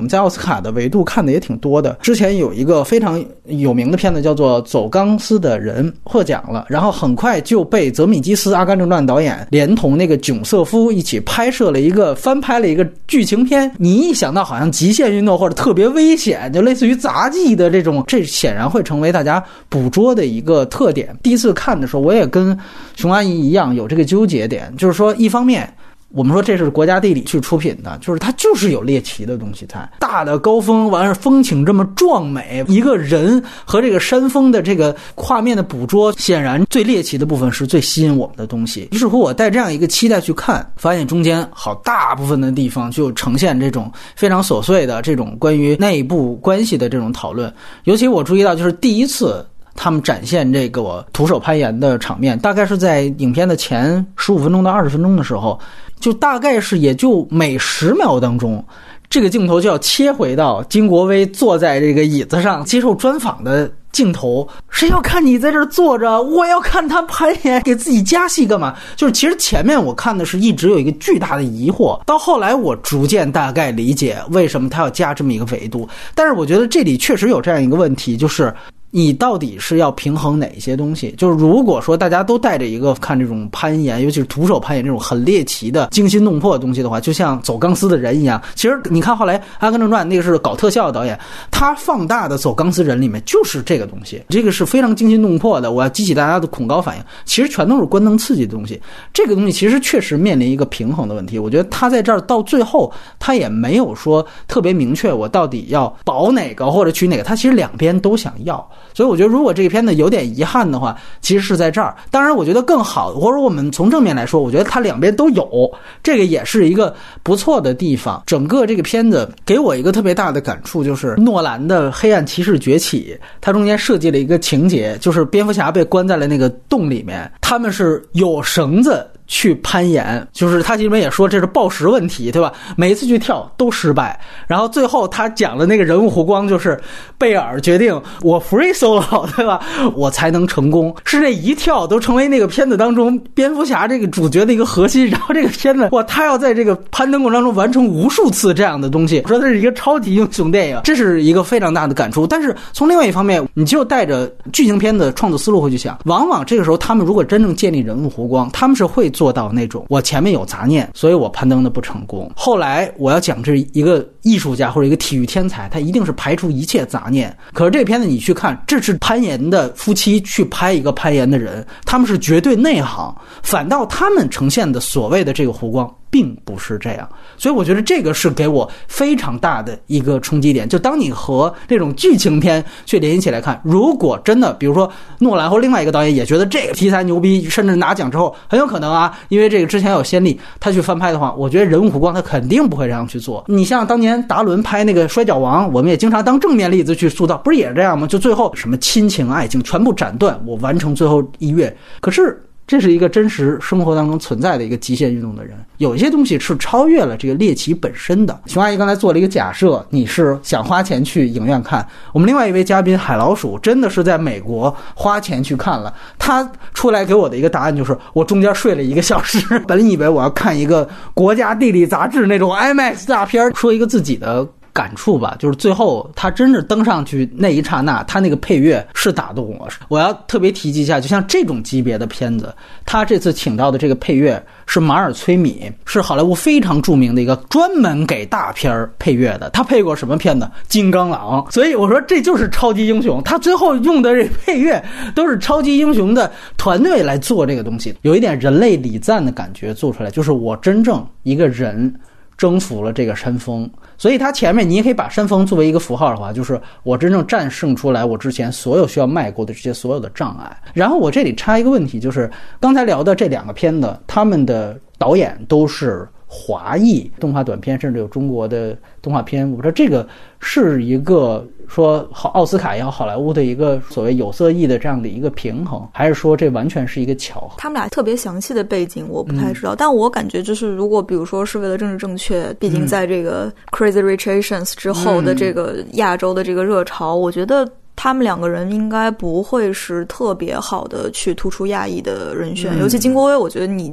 影在奥斯卡的维度看的也挺多的。之前有一个非常有名的片子叫做《走钢丝的人》获奖了，然后很快就被泽米基斯《阿甘正传》导演连同那个囧瑟夫一起拍摄了一个翻拍了一个剧情片。你一想到好像极限运动或者特别危险，就类似于杂技的这种，这显然会成为大家捕捉的一个特点。第一次看的时候，我也跟熊阿姨一样有这个纠结点，就是说一方面我们说这是国家地理去出品的，就是它就是有猎奇的东西在，大的高峰完事风景这么壮美，一个人和这个山峰的这个画面的捕捉，显然最猎奇的部分是最吸引我们的东西。于是乎我带这样一个期待去看，发现中间好大部分的地方就呈现这种非常琐碎的这种关于内部关系的这种讨论。尤其我注意到就是第一次他们展现这个徒手攀岩的场面，大概是在影片的前15分钟到20分钟的时候，就大概是也就每10秒当中，这个镜头就要切回到金国威坐在这个椅子上接受专访的镜头。谁要看你在这儿坐着，我要看他攀岩，给自己加戏干嘛？就是其实前面我看的是一直有一个巨大的疑惑，到后来我逐渐大概理解为什么他要加这么一个维度。但是我觉得这里确实有这样一个问题，就是你到底是要平衡哪些东西？就是如果说大家都带着一个看这种攀岩，尤其是徒手攀岩这种很猎奇的惊心动魄的东西的话，就像走钢丝的人一样。其实你看后来《阿甘正传》那个是搞特效的导演，他放大的走钢丝人里面就是这个东西，这个是非常惊心动魄的，我要激起大家的恐高反应，其实全都是官能刺激的东西。这个东西其实确实面临一个平衡的问题。我觉得他在这儿到最后他也没有说特别明确我到底要保哪个或者取哪个，他其实两边都想要。所以我觉得如果这个片子有点遗憾的话，其实是在这儿。当然我觉得更好，或者我们从正面来说，我觉得它两边都有，这个也是一个不错的地方。整个这个片子给我一个特别大的感触，就是诺兰的《黑暗骑士崛起》，它中间设计了一个情节，就是蝙蝠侠被关在了那个洞里面，他们是有绳子去攀岩，就是他这边也说这是报时问题，对吧？每一次去跳都失败，然后最后他讲的那个人物弧光就是贝尔决定我 free solo， 对吧？我才能成功，是这一跳都成为那个片子当中蝙蝠侠这个主角的一个核心。然后这个片子哇，他要在这个攀登过程当中完成无数次这样的东西，我说这是一个超级英雄电影，这是一个非常大的感触。但是从另外一方面，你就带着剧情片的创作思路会去想，往往这个时候他们如果真正建立人物弧光，他们是会做到那种我前面有杂念，所以我攀登的不成功，后来我要讲这一个艺术家或者一个体育天才，他一定是排除一切杂念。可是这个片子你去看，这是攀岩的夫妻去拍一个攀岩的人，他们是绝对内行，反倒他们呈现的所谓的这个弧光并不是这样。所以我觉得这个是给我非常大的一个冲击点，就当你和这种剧情片去联系起来看，如果真的比如说诺兰或另外一个导演也觉得这个题材牛逼，甚至拿奖之后很有可能啊，因为这个之前有先例，他去翻拍的话，我觉得人物弧光他肯定不会这样去做。你像当年达伦拍那个摔跤王，我们也经常当正面例子去塑造，不是也是这样吗？就最后什么亲情爱情全部斩断，我完成最后一跃。可是这是一个真实生活当中存在的一个极限运动的人，有一些东西是超越了这个猎奇本身的。熊阿姨刚才做了一个假设，你是想花钱去影院看，我们另外一位嘉宾海老鼠真的是在美国花钱去看了，他出来给我的一个答案就是我中间睡了1个小时，本以为我要看一个国家地理杂志那种 IMAX 大片。说一个自己的感触吧，就是最后他真是登上去那一刹那，他那个配乐是打动我。我要特别提及一下，就像这种级别的片子，他这次请到的这个配乐是马尔崔米，是好莱坞非常著名的一个专门给大片配乐的，他配过什么片子？金刚狼。所以我说这就是超级英雄，他最后用的这配乐都是超级英雄的团队来做这个东西，有一点人类礼赞的感觉做出来，就是我真正一个人征服了这个山峰。所以它前面你也可以把山峰作为一个符号的话，就是我真正战胜出来我之前所有需要迈过的这些所有的障碍。然后我这里插一个问题，就是刚才聊的这2个片子，他们的导演都是华裔动画短片，甚至有中国的动画片。我不知道这个是一个说奥斯卡也好，好莱坞的一个所谓有色裔的这样的一个平衡，还是说这完全是一个巧合？ 他们俩特别详细的背景我不太知道，但我感觉就是如果比如说是为了政治正确，毕竟在这个 Crazy Rich Asians 之后的这个亚洲的这个热潮，我觉得他们2个人应该不会是特别好的去突出亚裔的人选，尤其金国威，我觉得你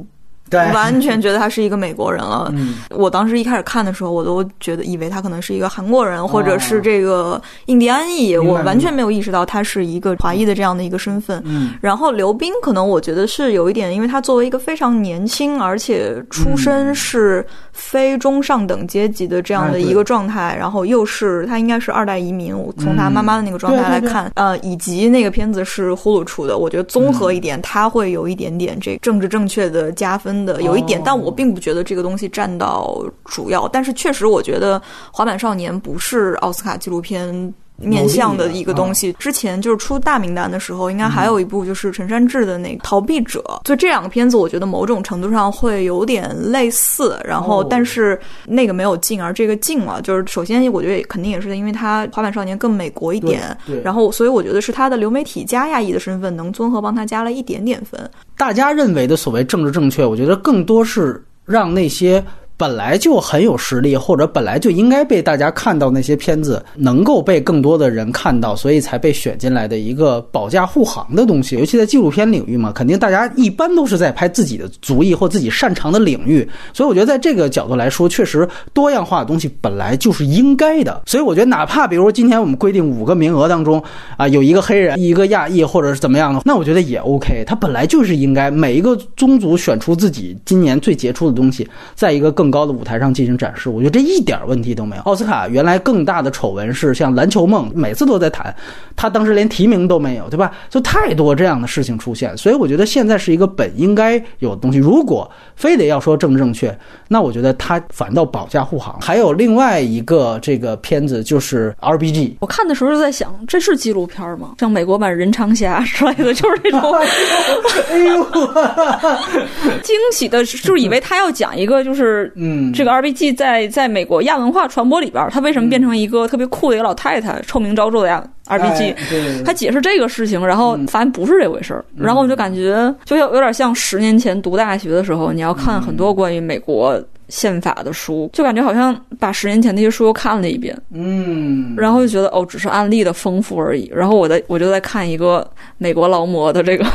对， 完全觉得他是一个美国人了。我当时一开始看的时候，我都觉得以为他可能是一个韩国人，或者是这个印第安裔，我完全没有意识到他是一个华裔的这样的一个身份。然后刘彬可能我觉得是有一点，因为他作为一个非常年轻，而且出身是非中上等阶级的这样的一个状态，然后又是他应该是2代移民，我从他妈妈的那个状态来看，以及那个片子是呼噜出的，我觉得综合一点，他会有一点点这政治正确的加分的有一点，但我并不觉得这个东西占到主要。但是确实我觉得滑板少年不是奥斯卡纪录片面向的一个东西。之前就是出大名单的时候，应该还有一部就是陈山智的那个逃避者，所以这两个片子我觉得某种程度上会有点类似，然后但是那个没有进，而这个进了。就是首先我觉得肯定也是因为他滑板少年更美国一点，然后所以我觉得是他的流媒体加亚裔的身份能综合帮他加了一点点分。 大家认为的所谓政治正确，我觉得更多是让那些本来就很有实力，或者本来就应该被大家看到那些片子能够被更多的人看到，所以才被选进来的一个保驾护航的东西。尤其在纪录片领域嘛，肯定大家一般都是在拍自己的族裔或自己擅长的领域，所以我觉得在这个角度来说，确实多样化的东西本来就是应该的。所以我觉得哪怕比如说今天我们规定5个名额当中有一个黑人一个亚裔或者是怎么样的，那我觉得也 OK， 它本来就是应该每一个宗族选出自己今年最杰出的东西，在一个更高的舞台上进行展示，我觉得这一点问题都没有。奥斯卡原来更大的丑闻是像篮球梦，每次都在谈，他当时连提名都没有，对吧？就太多这样的事情出现，所以我觉得现在是一个本应该有的东西。如果非得要说政治正确，那我觉得他反倒保驾护航。还有另外一个这个片子就是 RBG， 我看的时候就在想，这是纪录片吗？像美国版人长侠之类的，就是这种哎呦惊喜的，就是以为他要讲一个就是这个 RBG 在美国亚文化传播里边，他为什么变成一个特别酷的一个老太太，臭名昭著的RBG，他解释这个事情，然后发现不是这回事儿，然后我就感觉就有点像10年前读大学的时候，你要看很多关于美国宪法的书，就感觉好像把10年前那些书又看了一遍，然后就觉得只是案例的丰富而已，然后我就在看一个美国劳模的这个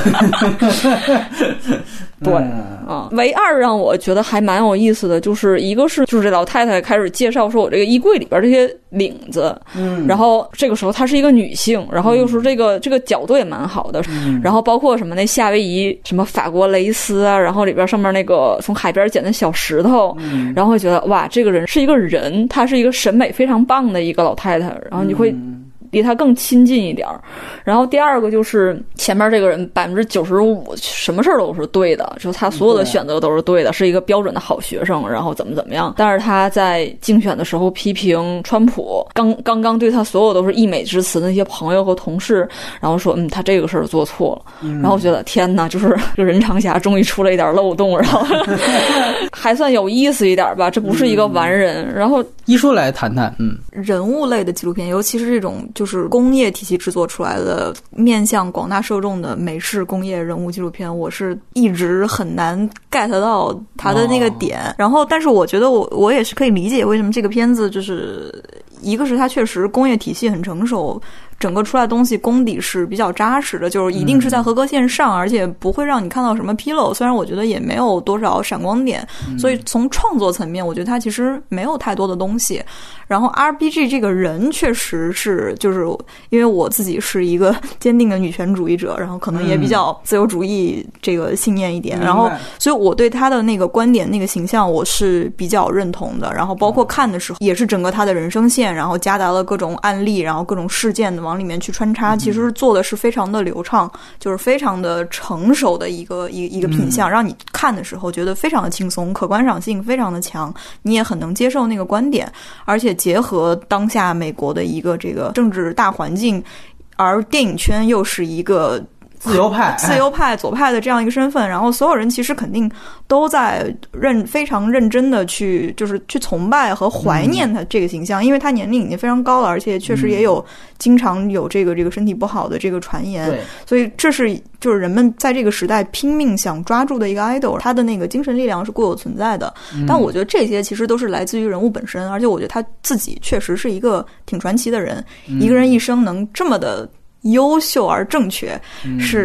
对唯二让我觉得还蛮有意思的就是一个是就是这老太太开始介绍说我这个衣柜里边这些领子，然后这个时候她是一个女性，然后又是这个角度也蛮好的，然后包括什么那夏威夷什么法国蕾丝啊，然后里边上面那个从海边捡的小石头，然后会觉得哇，这个人是一个人，她是一个审美非常棒的一个老太太，然后你会离他更亲近一点。然后第二个就是前面这个人95%什么事儿都是对的，就他所有的选择都是对的，是一个标准的好学生，然后怎么样。但是他在竞选的时候批评川普，刚刚对他所有都是溢美之词的那些朋友和同事，然后说他这个事儿做错了。然后我觉得天哪，就是这人长侠终于出了一点漏洞，然后还算有意思一点吧，这不是一个完人。然后一说来谈谈人物类的纪录片，尤其是这种就是工业体系制作出来的面向广大受众的美式工业人物纪录片，我是一直很难 get 到它的那个点。然后但是我觉得我也是可以理解为什么这个片子就是一个是它确实工业体系很成熟，整个出来的东西功底是比较扎实的，就是一定是在合格线上，而且不会让你看到什么纰漏，虽然我觉得也没有多少闪光点，所以从创作层面我觉得它其实没有太多的东西。然后 RBG 这个人确实是就是因为我自己是一个坚定的女权主义者，然后可能也比较自由主义这个信念一点，然后所以我对他的那个观点那个形象我是比较认同的。然后包括看的时候也是整个他的人生线，然后夹杂了各种案例，然后各种事件的往里面去穿插，其实做的是非常的流畅，就是非常的成熟的一个品相，让你看的时候觉得非常的轻松，可观赏性非常的强，你也很能接受那个观点，而且结合当下美国的一个这个政治大环境，而电影圈又是一个自由派左派的这样一个身份，然后所有人其实肯定都在非常认真的去崇拜和怀念他这个形象，因为他年龄已经非常高了，而且确实也有经常有这个身体不好的这个传言，所以这是就是人们在这个时代拼命想抓住的一个 idol， 他的那个精神力量是固有存在的。但我觉得这些其实都是来自于人物本身，而且我觉得他自己确实是一个挺传奇的人，一个人一生能这么的优秀而正确，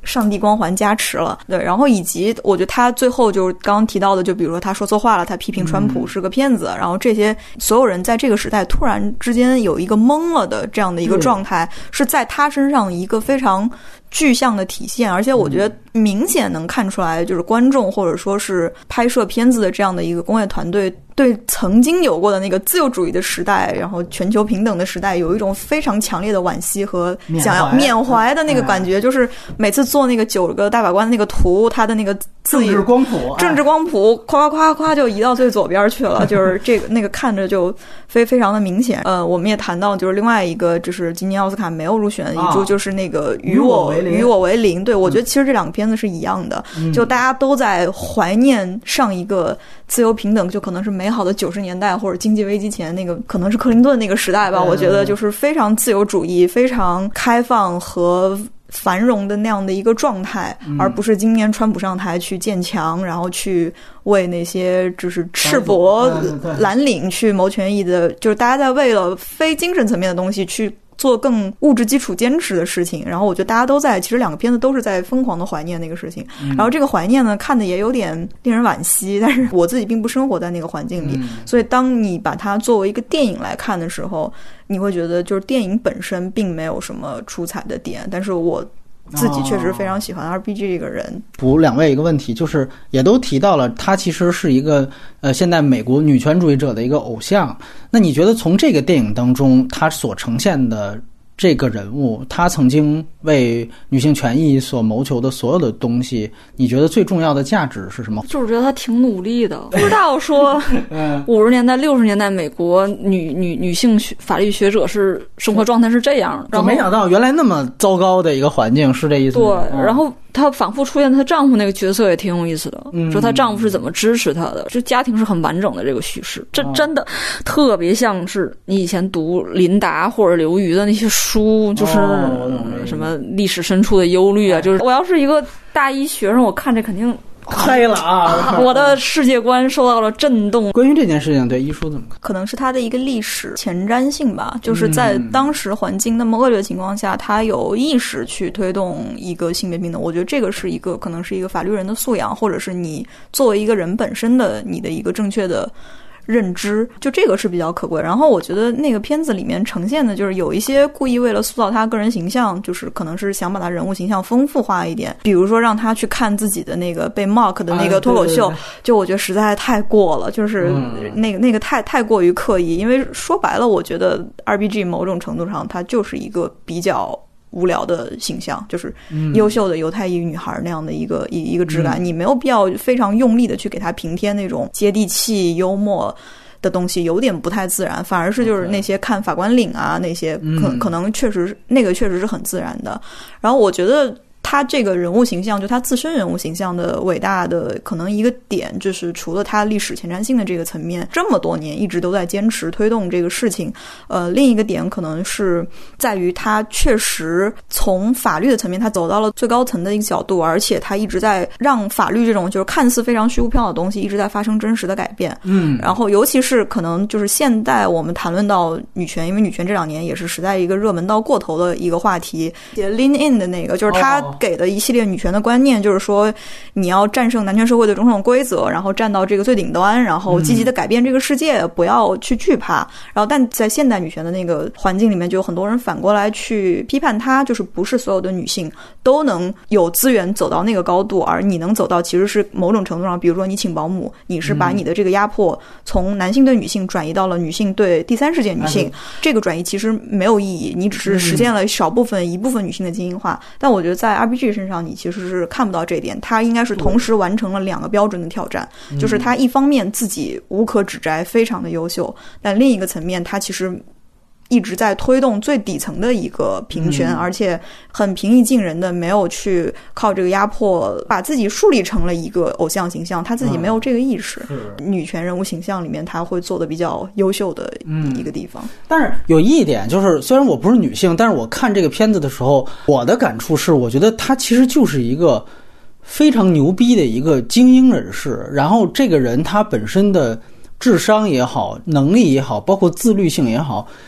上帝光环加持了。对，然后以及我觉得他最后就是刚刚提到的，就比如说他说错话了，他批评川普是个骗子，然后这些所有人在这个时代突然之间有一个懵了的这样的一个状态，是在他身上一个非常具象的体现，而且我觉得明显能看出来，就是观众或者说是拍摄片子的这样的一个工业团队对曾经有过的那个自由主义的时代，然后全球平等的时代有一种非常强烈的惋惜和想要缅怀的那个感觉，就是每次做那个9个大法官的那个图，他的那个字政治光谱夸夸夸夸就移到最左边去了，就是这个那个看着就非常的明显。我们也谈到就是另外一个就是今年奥斯卡没有入选的一出，就是那个与我为邻。对，我觉得其实这两个片子是一样的，就大家都在怀念上一个自由平等就可能是美好的90年代或者经济危机前那个可能是克林顿那个时代吧，我觉得就是非常自由主义非常开放和繁荣的那样的一个状态，而不是今年川普上台去建墙，然后去为那些就是赤膊蓝领去谋权益的，就是大家在为了非精神层面的东西去做更物质基础坚持的事情。然后我觉得大家都在，其实两个片子都是在疯狂的怀念那个事情，然后这个怀念呢看的也有点令人惋惜，但是我自己并不生活在那个环境里，所以当你把它作为一个电影来看的时候，你会觉得就是电影本身并没有什么出彩的点，但是我自己确实非常喜欢 RPG 这个人。 补两位一个问题，就是也都提到了他其实是一个现代美国女权主义者的一个偶像，那你觉得从这个电影当中他所呈现的这个人物，他曾经为女性权益所谋求的所有的东西，你觉得最重要的价值是什么？ 就是觉得他挺努力的，不知道说50年代60年代美国女性法律学者是生活状态是这样， 就没想到原来那么糟糕的一个环境，是这意思吗？ 对，然后她反复出现她丈夫那个角色也挺有意思的，说她丈夫是怎么支持她的，就家庭是很完整的这个叙事，这真的特别像是你以前读林达或者刘瑜的那些书，就是什么历史深处的忧虑啊，就是我要是一个大一学生，我看这肯定开了啊！ 我的世界观受到了震动。 关于这件事情，对一书怎么看？ 可能是他的一个历史前瞻性吧，就是在当时环境那么恶劣的情况下，他有意识去推动一个性别平等。我觉得这个是一个可能是一个法律人的素养，或者是你作为一个人本身的你的一个正确的认知，就这个是比较可贵。然后我觉得那个片子里面呈现的就是有一些故意为了塑造他个人形象，就是可能是想把他人物形象丰富化一点，比如说让他去看自己的那个被 mock 的那个脱口秀，就我觉得实在太过了，就是那个太过于刻意。因为说白了，我觉得 RPG 某种程度上它就是一个比较无聊的形象，就是优秀的犹太裔女孩那样的一个质感，你没有必要非常用力的去给她平添那种接地气幽默的东西，有点不太自然，反而是就是那些看法官领啊那些可能确实那个确实是很自然的。然后我觉得他这个人物形象，就他自身人物形象的伟大的可能一个点，就是除了他历史前瞻性的这个层面，这么多年一直都在坚持推动这个事情。另一个点可能是在于他确实从法律的层面，他走到了最高层的一个角度，而且他一直在让法律这种就是看似非常虚无缥缈的东西，一直在发生真实的改变。然后尤其是可能就是现代我们谈论到女权，因为女权这2年也是实在一个热门到过头的一个话题。Lean In 的那个就是他给的一系列女权的观念，就是说你要战胜男权社会的种种规则，然后站到这个最顶端，然后积极的改变这个世界，不要去惧怕。然后但在现代女权的那个环境里面，就有很多人反过来去批判她，就是不是所有的女性都能有资源走到那个高度，而你能走到其实是某种程度上，比如说你请保姆，你是把你的这个压迫从男性对女性转移到了女性对第三世界女性，这个转移其实没有意义，你只是实现了一部分女性的精英化。但我觉得在 RPG 身上你其实是看不到这一点，他应该是同时完成了2个标准的挑战，就是他一方面自己无可指摘非常的优秀，但另一个层面他其实一直在推动最底层的一个平权，而且很平易近人的，没有去靠这个压迫把自己树立成了一个偶像形象，他自己没有这个意识。女权人物形象里面他会做的比较优秀的一个地方。 但是有一点就是，虽然我不是女性，但是我看这个片子的时候，我的感触是，我觉得他其实就是一个非常牛逼的一个精英人士，然后这个人他本身的智商也好，能力也好，包括自律性也好，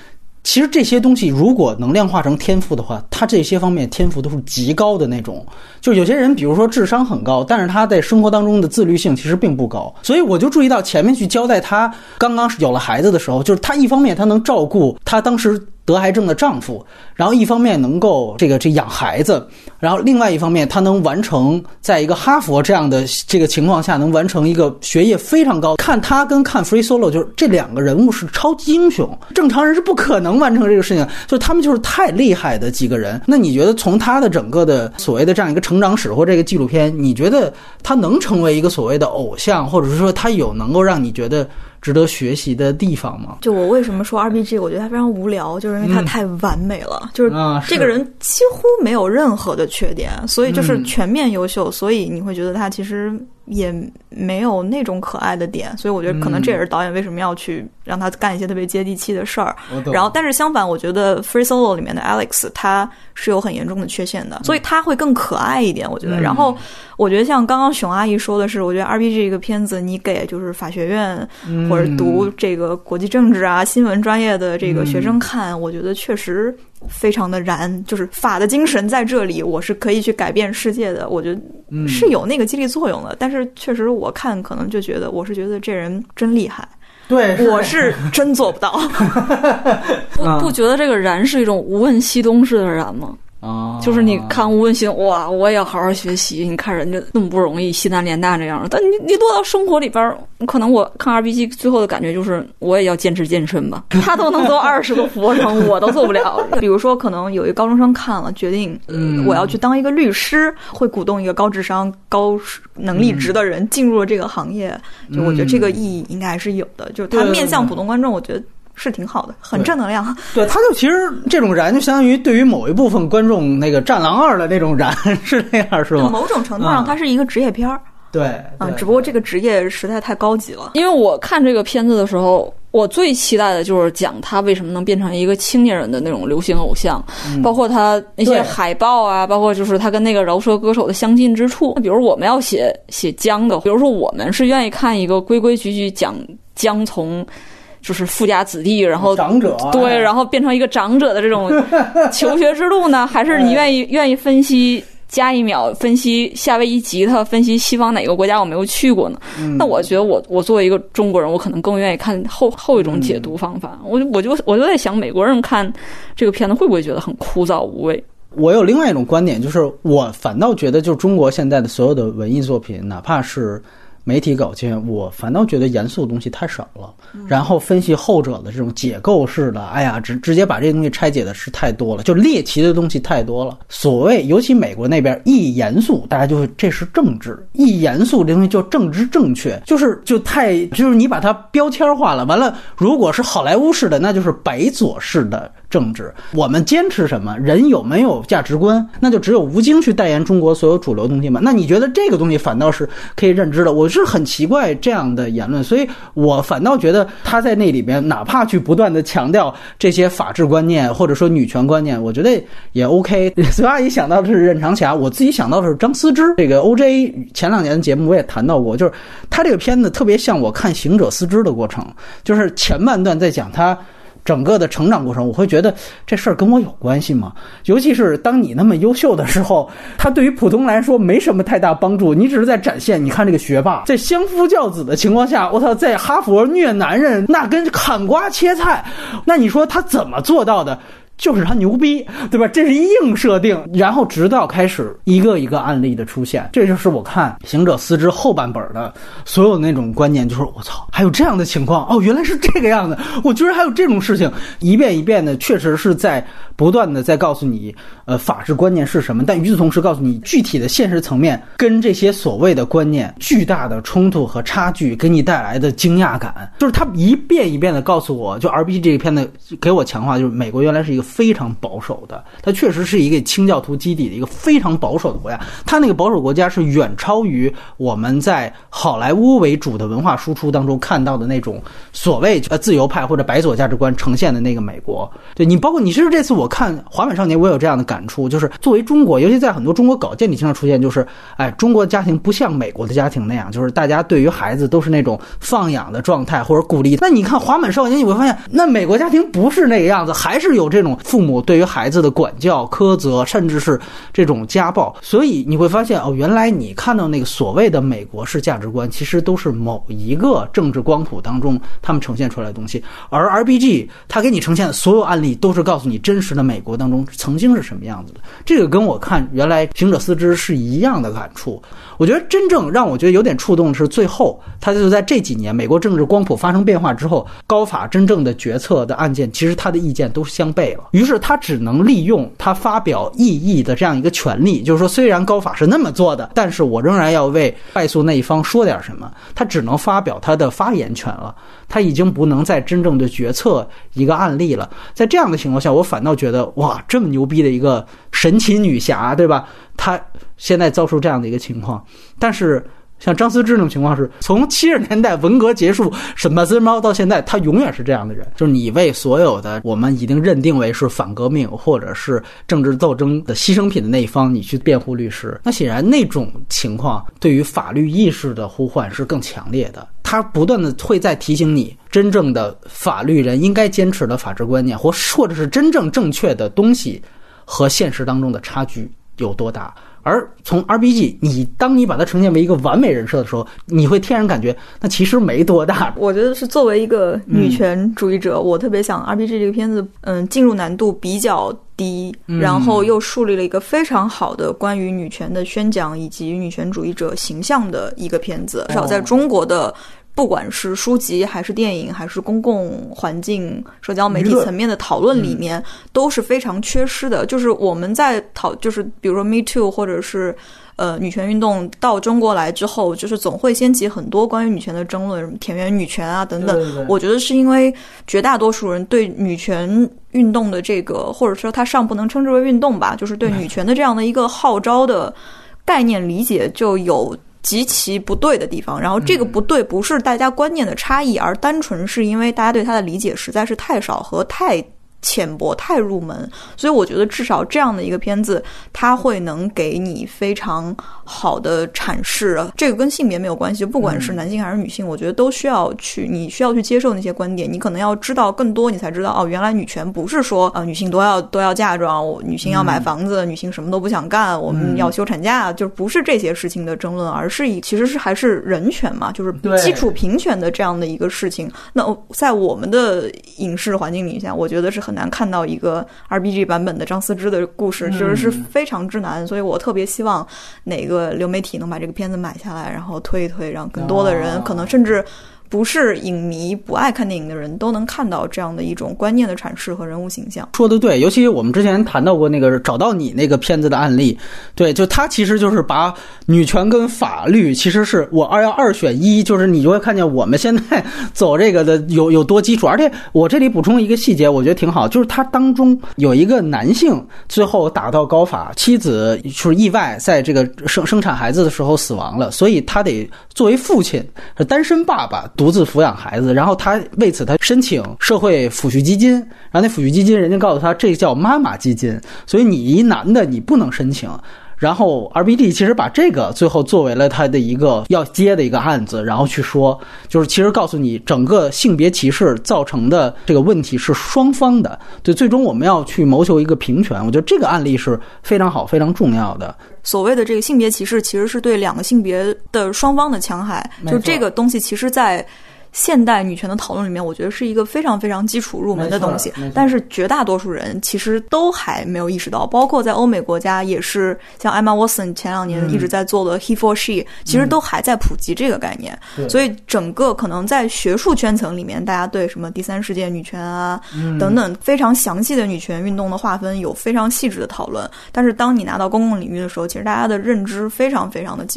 其实这些东西如果能量化成天赋的话，他这些方面天赋都是极高的那种。就有些人比如说智商很高，但是他在生活当中的自律性其实并不高。所以我就注意到前面去交代他刚刚有了孩子的时候，就是他一方面他能照顾他当时得癌症的丈夫，然后一方面能够这养孩子，然后另外一方面他能完成在一个哈佛这样的这个情况下能完成一个学业非常高。看他跟看 Free Solo 就是这两个人物是超级英雄，正常人是不可能完成这个事情，就是他们就是太厉害的几个人。那你觉得从他的整个的所谓的这样一个成长史或这个纪录片，你觉得他能成为一个所谓的偶像，或者是说他有能够让你觉得值得学习的地方吗？ 就我为什么说 RPG 我觉得它非常无聊，就是因为它太完美了，就是这个人几乎没有任何的缺点，所以就是全面优秀，所以你会觉得他其实也没有那种可爱的点，所以我觉得可能这也是导演为什么要去让他干一些特别接地气的事儿。然后但是相反，我觉得 Free Solo 里面的 Alex 他是有很严重的缺陷的，所以他会更可爱一点我觉得。然后我觉得像刚刚熊阿姨说的是，我觉得 RPG 这个片子你给就是法学院或者读这个国际政治啊新闻专业的这个学生看，我觉得确实非常的燃，就是法的精神在这里，我是可以去改变世界的，我觉得是有那个激励作用的。但是确实我看可能就觉得，我是觉得这人真厉害， 对， 我是真做不到。 不觉得这个燃是一种无问西东式的燃吗？就是你看吴文兴，哇，我也要好好学习。你看人家那么不容易，西南联大这样的，但你落到生活里边，可能我看 RPG 最后的感觉就是，我也要坚持健身吧。他都能做20个俯卧撑，我都做不了。比如说，可能有一个高中生看了，决定我要去当一个律师，会鼓动一个高智商、高能力值的人进入了这个行业。就我觉得这个意义应该还是有的，就是他面向普通观众，我觉得是挺好的，很正能量。 对，他就其实这种燃就相当于对于某一部分观众那个《战狼2》的那种燃是那样，是吗？ 某种程度上，它是一个职业片儿。 对， 只不过这个职业实在太高级了。 因为我看这个片子的时候，我最期待的就是讲他为什么能变成一个青年人的那种流行偶像，包括他那些海报啊，包括就是他跟那个饶舌歌手的相近之处。比如我们要写姜的，比如说我们是愿意看一个规规矩矩讲姜从就是富家子弟，然后长者对，然后变成一个长者的这种求学之路呢，还是你愿意分析加一秒，分析夏威夷吉他，分析西方哪个国家我没有去过呢？那我觉得我作为一个中国人，我可能更愿意看后一种解读方法。我就在想，美国人看这个片子会不会觉得很枯燥无味？ 我有另外一种观点，就是我反倒觉得，就是中国现在的所有的文艺作品，哪怕是媒体稿件，我反倒觉得严肃的东西太少了，然后分析后者的这种解构式的，哎呀，直接把这些东西拆解的是太多了，就猎奇的东西太多了。所谓尤其美国那边一严肃，大家就会这是政治，一严肃这东西就政治正确，就是你把它标签化了，完了如果是好莱坞式的，那就是白左式的政治。我们坚持什么？人有没有价值观？那就只有吴京去代言中国所有主流东西吗？那你觉得这个东西反倒是可以认知的？我是很奇怪这样的言论，所以我反倒觉得他在那里边哪怕去不断的强调这些法治观念或者说女权观念，我觉得也 OK。随阿姨想到的是任长霞，我自己想到的是张思之。这个 OJ 前2年的节目我也谈到过，就是他这个片子特别像我看行者思之的过程，就是前半段在讲他整个的成长过程，我会觉得这事儿跟我有关系吗？尤其是当你那么优秀的时候，它对于普通来说没什么太大帮助，你只是在展现，你看这个学霸在相夫教子的情况下，我操，在哈佛虐男人，那跟砍瓜切菜，那你说他怎么做到的？就是他牛逼，对吧？这是一硬设定，然后直到开始一个一个案例的出现，这就是我看行者思之后半本的所有那种观念，就是我操，还有这样的情况哦，原来是这个样子，我居然还有这种事情，一遍一遍的，确实是在不断的在告诉你，法治观念是什么，但与此同时告诉你具体的现实层面跟这些所谓的观念巨大的冲突和差距给你带来的惊讶感，就是他一遍一遍的告诉我，就 RPG 这个片子给我强化，就是美国原来是一个非常保守的，它确实是一个清教徒基底的一个非常保守的国家。它那个保守国家是远超于我们在好莱坞为主的文化输出当中看到的那种所谓自由派或者白左价值观呈现的那个美国。对，你包括你其实这次我看《滑板少年》，我有这样的感触，就是作为中国，尤其在很多中国稿件里经常出现，就是中国家庭不像美国的家庭那样，就是大家对于孩子都是那种放养的状态或者鼓励。那你看《滑板少年》，你会发现那美国家庭不是那个样子，还是有这种父母对于孩子的管教、苛责，甚至是这种家暴。所以你会发现原来你看到那个所谓的美国式价值观，其实都是某一个政治光谱当中他们呈现出来的东西。而 RPG 它给你呈现的所有案例都是告诉你真实的美国当中曾经是什么样子的。这个跟我看原来行者思之是一样的感触。我觉得真正让我觉得有点触动的是最后，他就在这几年美国政治光谱发生变化之后，高法真正的决策的案件，其实他的意见都相悖了。于是他只能利用他发表异议的这样一个权利，就是说虽然高法是那么做的，但是我仍然要为败诉那一方说点什么。他只能发表他的发言权了，他已经不能再真正的决策一个案例了。在这样的情况下，我反倒觉得哇，这么牛逼的一个神奇女侠，对吧？她现在遭受这样的一个情况。但是像张思之那种情况是从70年代文革结束审判私猫到现在，他永远是这样的人，就是你为所有的我们已经认定为是反革命或者是政治斗争的牺牲品的那一方，你去辩护律师。那显然那种情况对于法律意识的呼唤是更强烈的，他不断的会在提醒你真正的法律人应该坚持的法治观念，或者是真正正确的东西和现实当中的差距有多大。而从 RPG 当你把它呈现为一个完美人设的时候，你会天然感觉那其实没多大。 我觉得是作为一个女权主义者，我特别想 RPG 这个片子进入难度比较低，然后又树立了一个非常好的关于女权的宣讲以及女权主义者形象的一个片子。至少在中国的不管是书籍还是电影还是公共环境社交媒体层面的讨论里面都是非常缺失的。就是我们在就是比如说 Me Too 或者是女权运动到中国来之后，就是总会掀起很多关于女权的争论，什么田园女权啊等等。对对对，我觉得是因为绝大多数人对女权运动的这个，或者说它尚不能称之为运动吧，就是对女权的这样的一个号召的概念理解就有极其不对的地方。然后这个不对不是大家观念的差异，而单纯是因为大家对它的理解实在是太少和太浅薄太入门。所以我觉得至少这样的一个片子它会能给你非常好的阐释。这个跟性别没有关系，不管是男性还是女性，我觉得都需要你需要去接受那些观点，你可能要知道更多，你才知道原来女权不是说女性都要嫁妆，女性要买房子，女性什么都不想干，我们要休产假，就不是这些事情的争论，而是其实是还是人权嘛，就是基础平权的这样的一个事情。那在我们的影视环境里下，我觉得是很难看到一个 RPG 版本的张思之的故事，其实是非常之难。所以我特别希望哪个流媒体能把这个片子买下来，然后推一推，让更多的人，可能甚至不是影迷不爱看电影的人都能看到这样的一种观念的阐释和人物形象。 说的对，尤其我们之前谈到过那个找到你那个片子的案例，对，就它其实就是把女权跟法律其实是我要二选一，就是你就会看见我们现在走这个的有多基础。而且我这里补充一个细节我觉得挺好，就是它当中有一个男性最后打到高法，妻子就是意外在这个生产孩子的时候死亡了，所以他得作为父亲是单身爸爸独自抚养孩子，然后他为此他申请社会抚恤基金，然后那抚恤基金人家告诉他这叫妈妈基金，所以你一男的你不能申请。然后 RBD 其实把这个最后作为了他的一个要接的一个案子，然后去说就是其实告诉你整个性别歧视造成的这个问题是双方的，对，最终我们要去谋求一个平权。我觉得这个案例是非常好非常重要的。 所谓的这个性别歧视其实是对两个性别的双方的戕害，就这个东西其实在现代女权的讨论里面，我觉得是一个非常非常基础入门的东西，但是绝大多数人其实都还没有意识到，包括在欧美国家也是，像 Emma Watson 前2年一直在做的 He for She，其实都还在普及这个概念。所以整个可能在学术圈层里面，大家对什么第三世界女权啊等等非常详细的女权运动的划分有非常细致的讨论，但是当你拿到公共领域的时候，其实大家的认知非常非常的基础。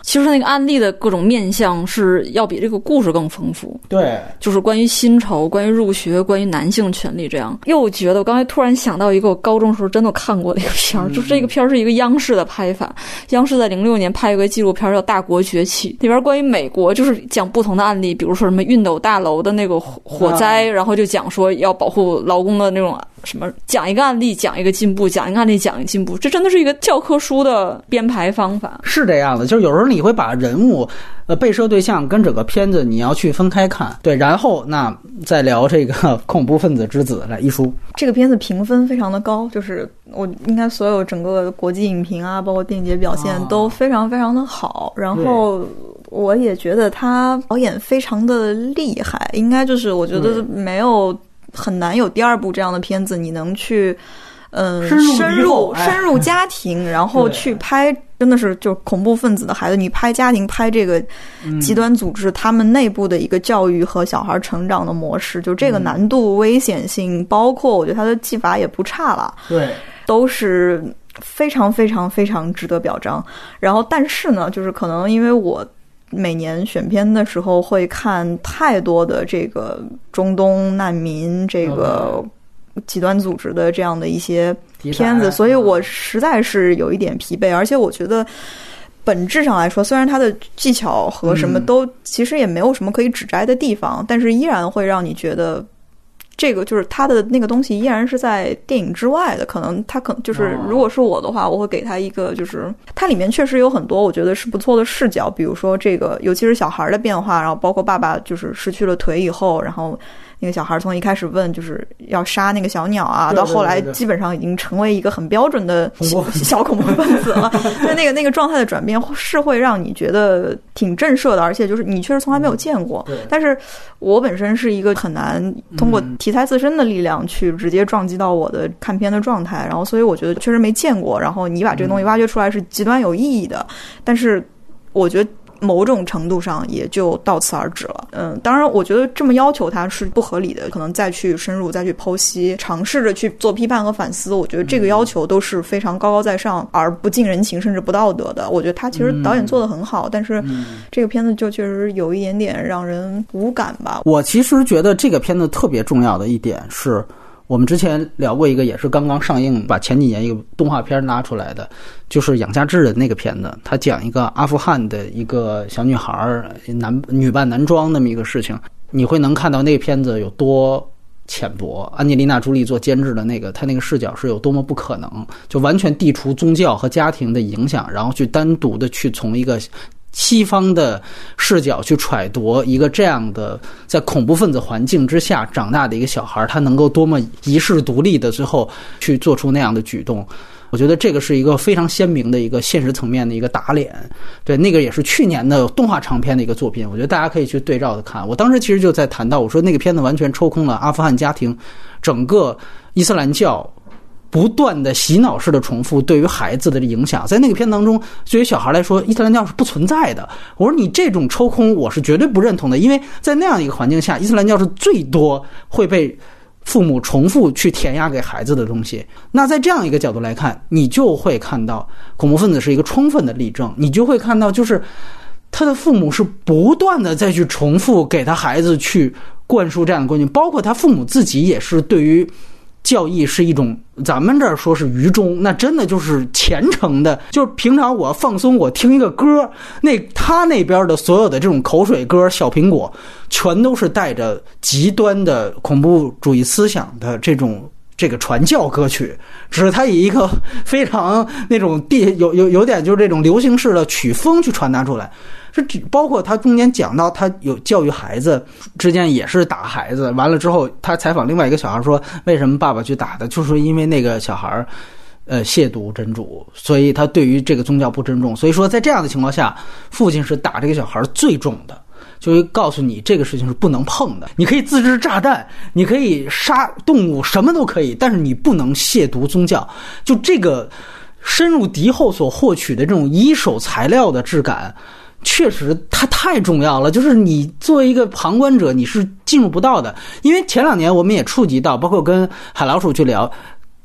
其实那个案例的各种面向是要比这个故事更丰富。 对， 就是关于薪酬，关于入学，关于男性权利这样。又觉得我刚才突然想到一个我高中时候真的看过的一个片儿，就是这个片儿是一个央视的拍法，央视在06年拍一个纪录片叫《大国崛起》，里边关于美国就是讲不同的案例，比如说什么熨斗大楼的那个火灾，然后就讲说要保护劳工的那种什么，讲一个案例讲一个进步，讲一个案例讲一个进步，这真的是一个教科书的编排方法。 是这样的，就是有时候你会把人物被摄对象跟整个片子你要去分开看，对，然后那再聊这个恐怖分子之子。来，一书， 这个片子评分非常的高，就是我应该所有整个国际影评啊，包括电影节表现都非常非常的好，然后我也觉得他导演非常的厉害，应该就是我觉得没有很难有第二部这样的片子你能去深入家庭，然后去拍真的是就恐怖分子的孩子，你拍家庭，拍这个极端组织他们内部的一个教育和小孩成长的模式，就这个难度、危险性，包括我觉得他的技法也不差了， 对， 都是非常非常非常值得表彰。然后但是呢，就是可能因为我每年选片的时候会看太多的这个中东难民这个极端组织的这样的一些片子，所以我实在是有一点疲惫。而且我觉得本质上来说，虽然它的技巧和什么都其实也没有什么可以指摘的地方，但是依然会让你觉得这个就是它的那个东西依然是在电影之外的。可能它就是如果是我的话，我会给它一个，就是它里面确实有很多我觉得是不错的视角，比如说这个尤其是小孩的变化，然后包括爸爸就是失去了腿以后，然后那个小孩从一开始问就是要杀那个小鸟啊，到后来基本上已经成为一个很标准的小恐怖分子了。那个状态的转变是会让你觉得挺震慑的，而且就是你确实从来没有见过。但是我本身是一个很难通过题材自身的力量去直接撞击到我的看片的状态，然后所以我觉得确实没见过，然后你把这个东西挖掘出来是极端有意义的，但是我觉得某种程度上也就到此而止了。当然我觉得这么要求它是不合理的，可能再去深入再去剖析，尝试着去做批判和反思，我觉得这个要求都是非常高高在上而不近人情甚至不道德的。我觉得他其实导演做得很好，但是这个片子就确实有一点点让人无感吧。 我其实觉得这个片子特别重要的一点是，我们之前聊过一个也是刚刚上映，把前几年一个动画片拿出来的，就是《养家之人》那个片子，他讲一个阿富汗的一个小女孩女扮男装那么一个事情，你会能看到那个片子有多浅薄。安吉丽娜·朱莉做监制的那个，他那个视角是有多么不可能，就完全地除宗教和家庭的影响，然后去单独的去从一个西方的视角去揣度一个这样的在恐怖分子环境之下长大的一个小孩，他能够多么遗世独立的最后去做出那样的举动。我觉得这个是一个非常鲜明的一个现实层面的一个打脸。对，那个也是去年的动画长片的一个作品，我觉得大家可以去对照的看。我当时其实就在谈到，我说那个片子完全抽空了阿富汗家庭整个伊斯兰教不断的洗脑式的重复对于孩子的影响。在那个片当中，对于小孩来说，伊斯兰教是不存在的。我说你这种抽空我是绝对不认同的，因为在那样一个环境下，伊斯兰教是最多会被父母重复去填压给孩子的东西。那在这样一个角度来看，你就会看到恐怖分子是一个充分的例证，你就会看到就是他的父母是不断的再去重复给他孩子去灌输这样的观念，包括他父母自己也是对于教义是一种，咱们这儿说是愚忠，那真的就是虔诚的。就是平常我放松，我听一个歌，他那边的所有的这种口水歌、小苹果，全都是带着极端的恐怖主义思想的这个传教歌曲，只是他以一个非常那种有点就是这种流行式的曲风去传达出来。是包括他中间讲到他有教育孩子之间也是打孩子，完了之后他采访另外一个小孩说为什么爸爸去打他，就是因为那个小孩亵渎真主，所以他对于这个宗教不尊重，所以说在这样的情况下，父亲是打这个小孩最重的，就会告诉你这个事情是不能碰的。你可以自制炸弹，你可以杀动物，什么都可以，但是你不能亵渎宗教。就这个深入敌后所获取的这种一手材料的质感，确实它太重要了，就是你作为一个旁观者你是进入不到的。因为前两年我们也触及到，包括跟海老鼠去聊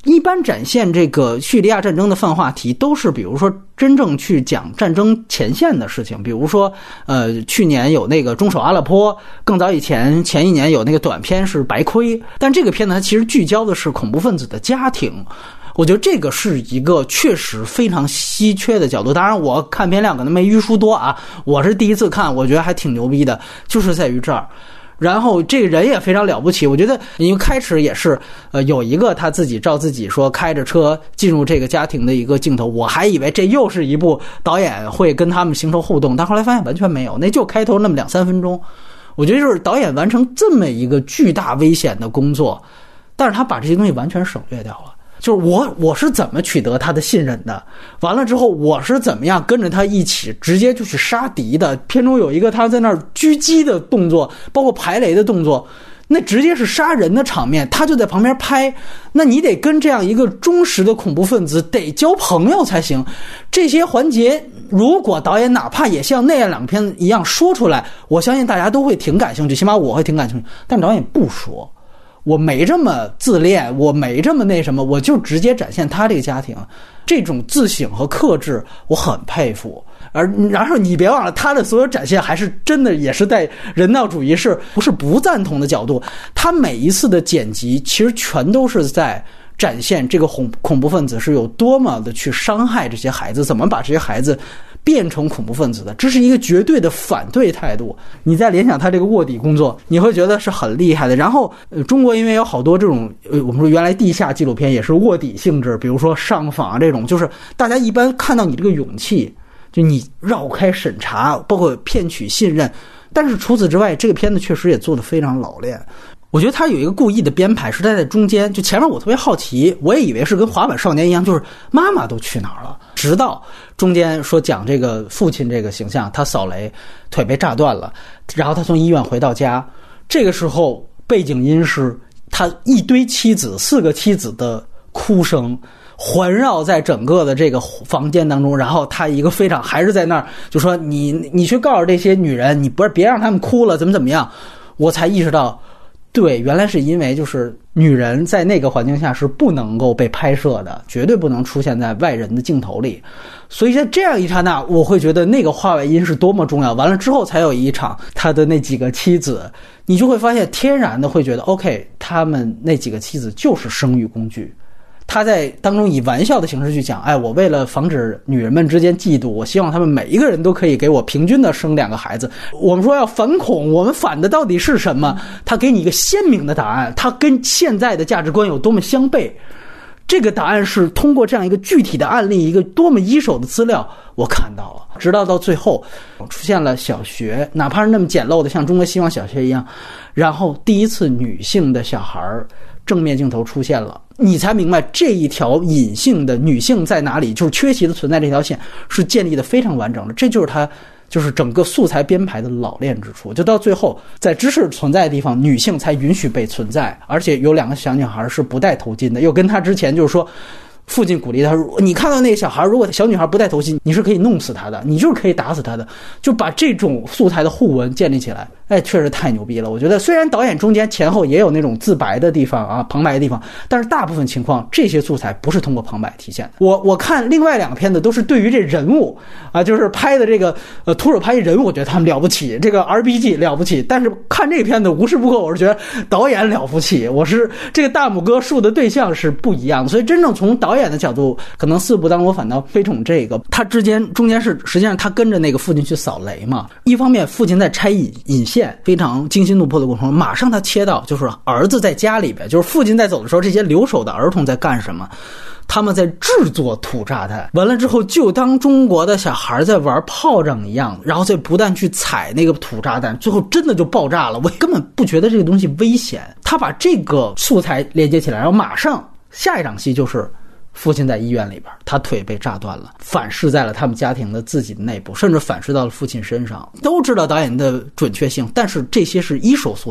一般展现这个叙利亚战争的泛话题都是比如说真正去讲战争前线的事情，比如说去年有那个中守阿勒颇，更早以前前一年有那个短片是白盔，但这个片子它其实聚焦的是恐怖分子的家庭。我觉得这个是一个确实非常稀缺的角度，当然我看片量可能没于叔多啊，我是第一次看，我觉得还挺牛逼的，就是在于这儿。然后这个人也非常了不起，我觉得因为开始也是有一个他自己照自己说开着车进入这个家庭的一个镜头，我还以为这又是一部导演会跟他们形成互动，但后来发现完全没有，那就开头那么2-3分钟。我觉得就是导演完成这么一个巨大危险的工作，但是他把这些东西完全省略掉了。就是我是怎么取得他的信任的，完了之后我是怎么样跟着他一起直接就去杀敌的。片中有一个他在那儿狙击的动作，包括排雷的动作，那直接是杀人的场面，他就在旁边拍。那你得跟这样一个忠实的恐怖分子得交朋友才行。这些环节如果导演哪怕也像那样2篇一样说出来，我相信大家都会挺感兴趣，起码我会挺感兴趣。但导演不说，我没这么自恋，我没这么那什么，我就直接展现他这个家庭，这种自省和克制我很佩服。然后你别忘了，他的所有展现还是真的也是在人道主义是不是不赞同的角度，他每一次的剪辑其实全都是在展现这个恐怖分子是有多么的去伤害这些孩子，怎么把这些孩子变成恐怖分子的，这是一个绝对的反对态度。你再联想他这个卧底工作，你会觉得是很厉害的。然后中国因为有好多这种我们说原来地下纪录片也是卧底性质，比如说上访啊这种，就是大家一般看到你这个勇气，就你绕开审查，包括骗取信任。但是除此之外，这个片子确实也做得非常老练。我觉得他有一个故意的编排是在中间，就前面我特别好奇，我也以为是跟滑板少年一样，就是妈妈都去哪儿了，直到中间说讲这个父亲这个形象，他扫雷腿被炸断了，然后他从医院回到家，这个时候背景音是他一堆妻子4个妻子的哭声环绕在整个的这个房间当中，然后他一个非常还是在那儿就说你去告诉这些女人，你不是别让他们哭了，怎么样。我才意识到，对，原来是因为就是女人在那个环境下是不能够被拍摄的，绝对不能出现在外人的镜头里。所以在这样一刹那，我会觉得那个话外音是多么重要。完了之后才有一场他的那几个妻子，你就会发现天然的会觉得 OK， 他们那几个妻子就是生育工具。他在当中以玩笑的形式去讲，我为了防止女人们之间嫉妒，我希望他们每一个人都可以给我平均的生2个孩子。我们说要反恐，我们反的到底是什么？他给你一个鲜明的答案，他跟现在的价值观有多么相悖。这个答案是通过这样一个具体的案例，一个多么一手的资料，我看到了。直到最后出现了小学，哪怕是那么简陋的像中国希望小学一样，然后第一次女性的小孩正面镜头出现了，你才明白这一条隐性的女性在哪里，就是缺席的存在，这条线是建立的非常完整的。这就是它就是整个素材编排的老练之处。就到最后在知识存在的地方，女性才允许被存在，而且有2个小女孩是不戴头巾的，又跟她之前就是说父亲鼓励他，你看到那个小孩，如果小女孩不戴头巾，你是可以弄死她的，你就是可以打死她的，就把这种素材的互文建立起来。确实太牛逼了。我觉得虽然导演中间前后也有那种自白的地方啊，旁白的地方，但是大部分情况这些素材不是通过旁白体现的。我看另外2个片子都是对于这人物啊，就是拍的这个徒手拍人物，我觉得他们了不起，这个 RPG 了不起，但是看这个片子无时不刻我是觉得导演了不起，我是这个大拇哥竖的对象是不一样的。所以真正从导演的角度，可能4部当中我反倒推崇这个，他中间是实际上他跟着那个父亲去扫雷嘛，一方面父亲在拆引线非常惊心怒魄的过程中，马上他切到就是儿子在家里边，就是父亲在走的时候，这些留守的儿童在干什么？他们在制作土炸弹，完了之后就当中国的小孩在玩炮仗一样，然后再不断去踩那个土炸弹，最后真的就爆炸了。我根本不觉得这个东西危险。他把这个素材连接起来，然后马上下一场戏就是父亲在医院里边，他腿被炸断了，反噬在了他们家庭的自己的内部，甚至反噬到了父亲身上。都知道导演的准确性，但是这些是一手素材啊，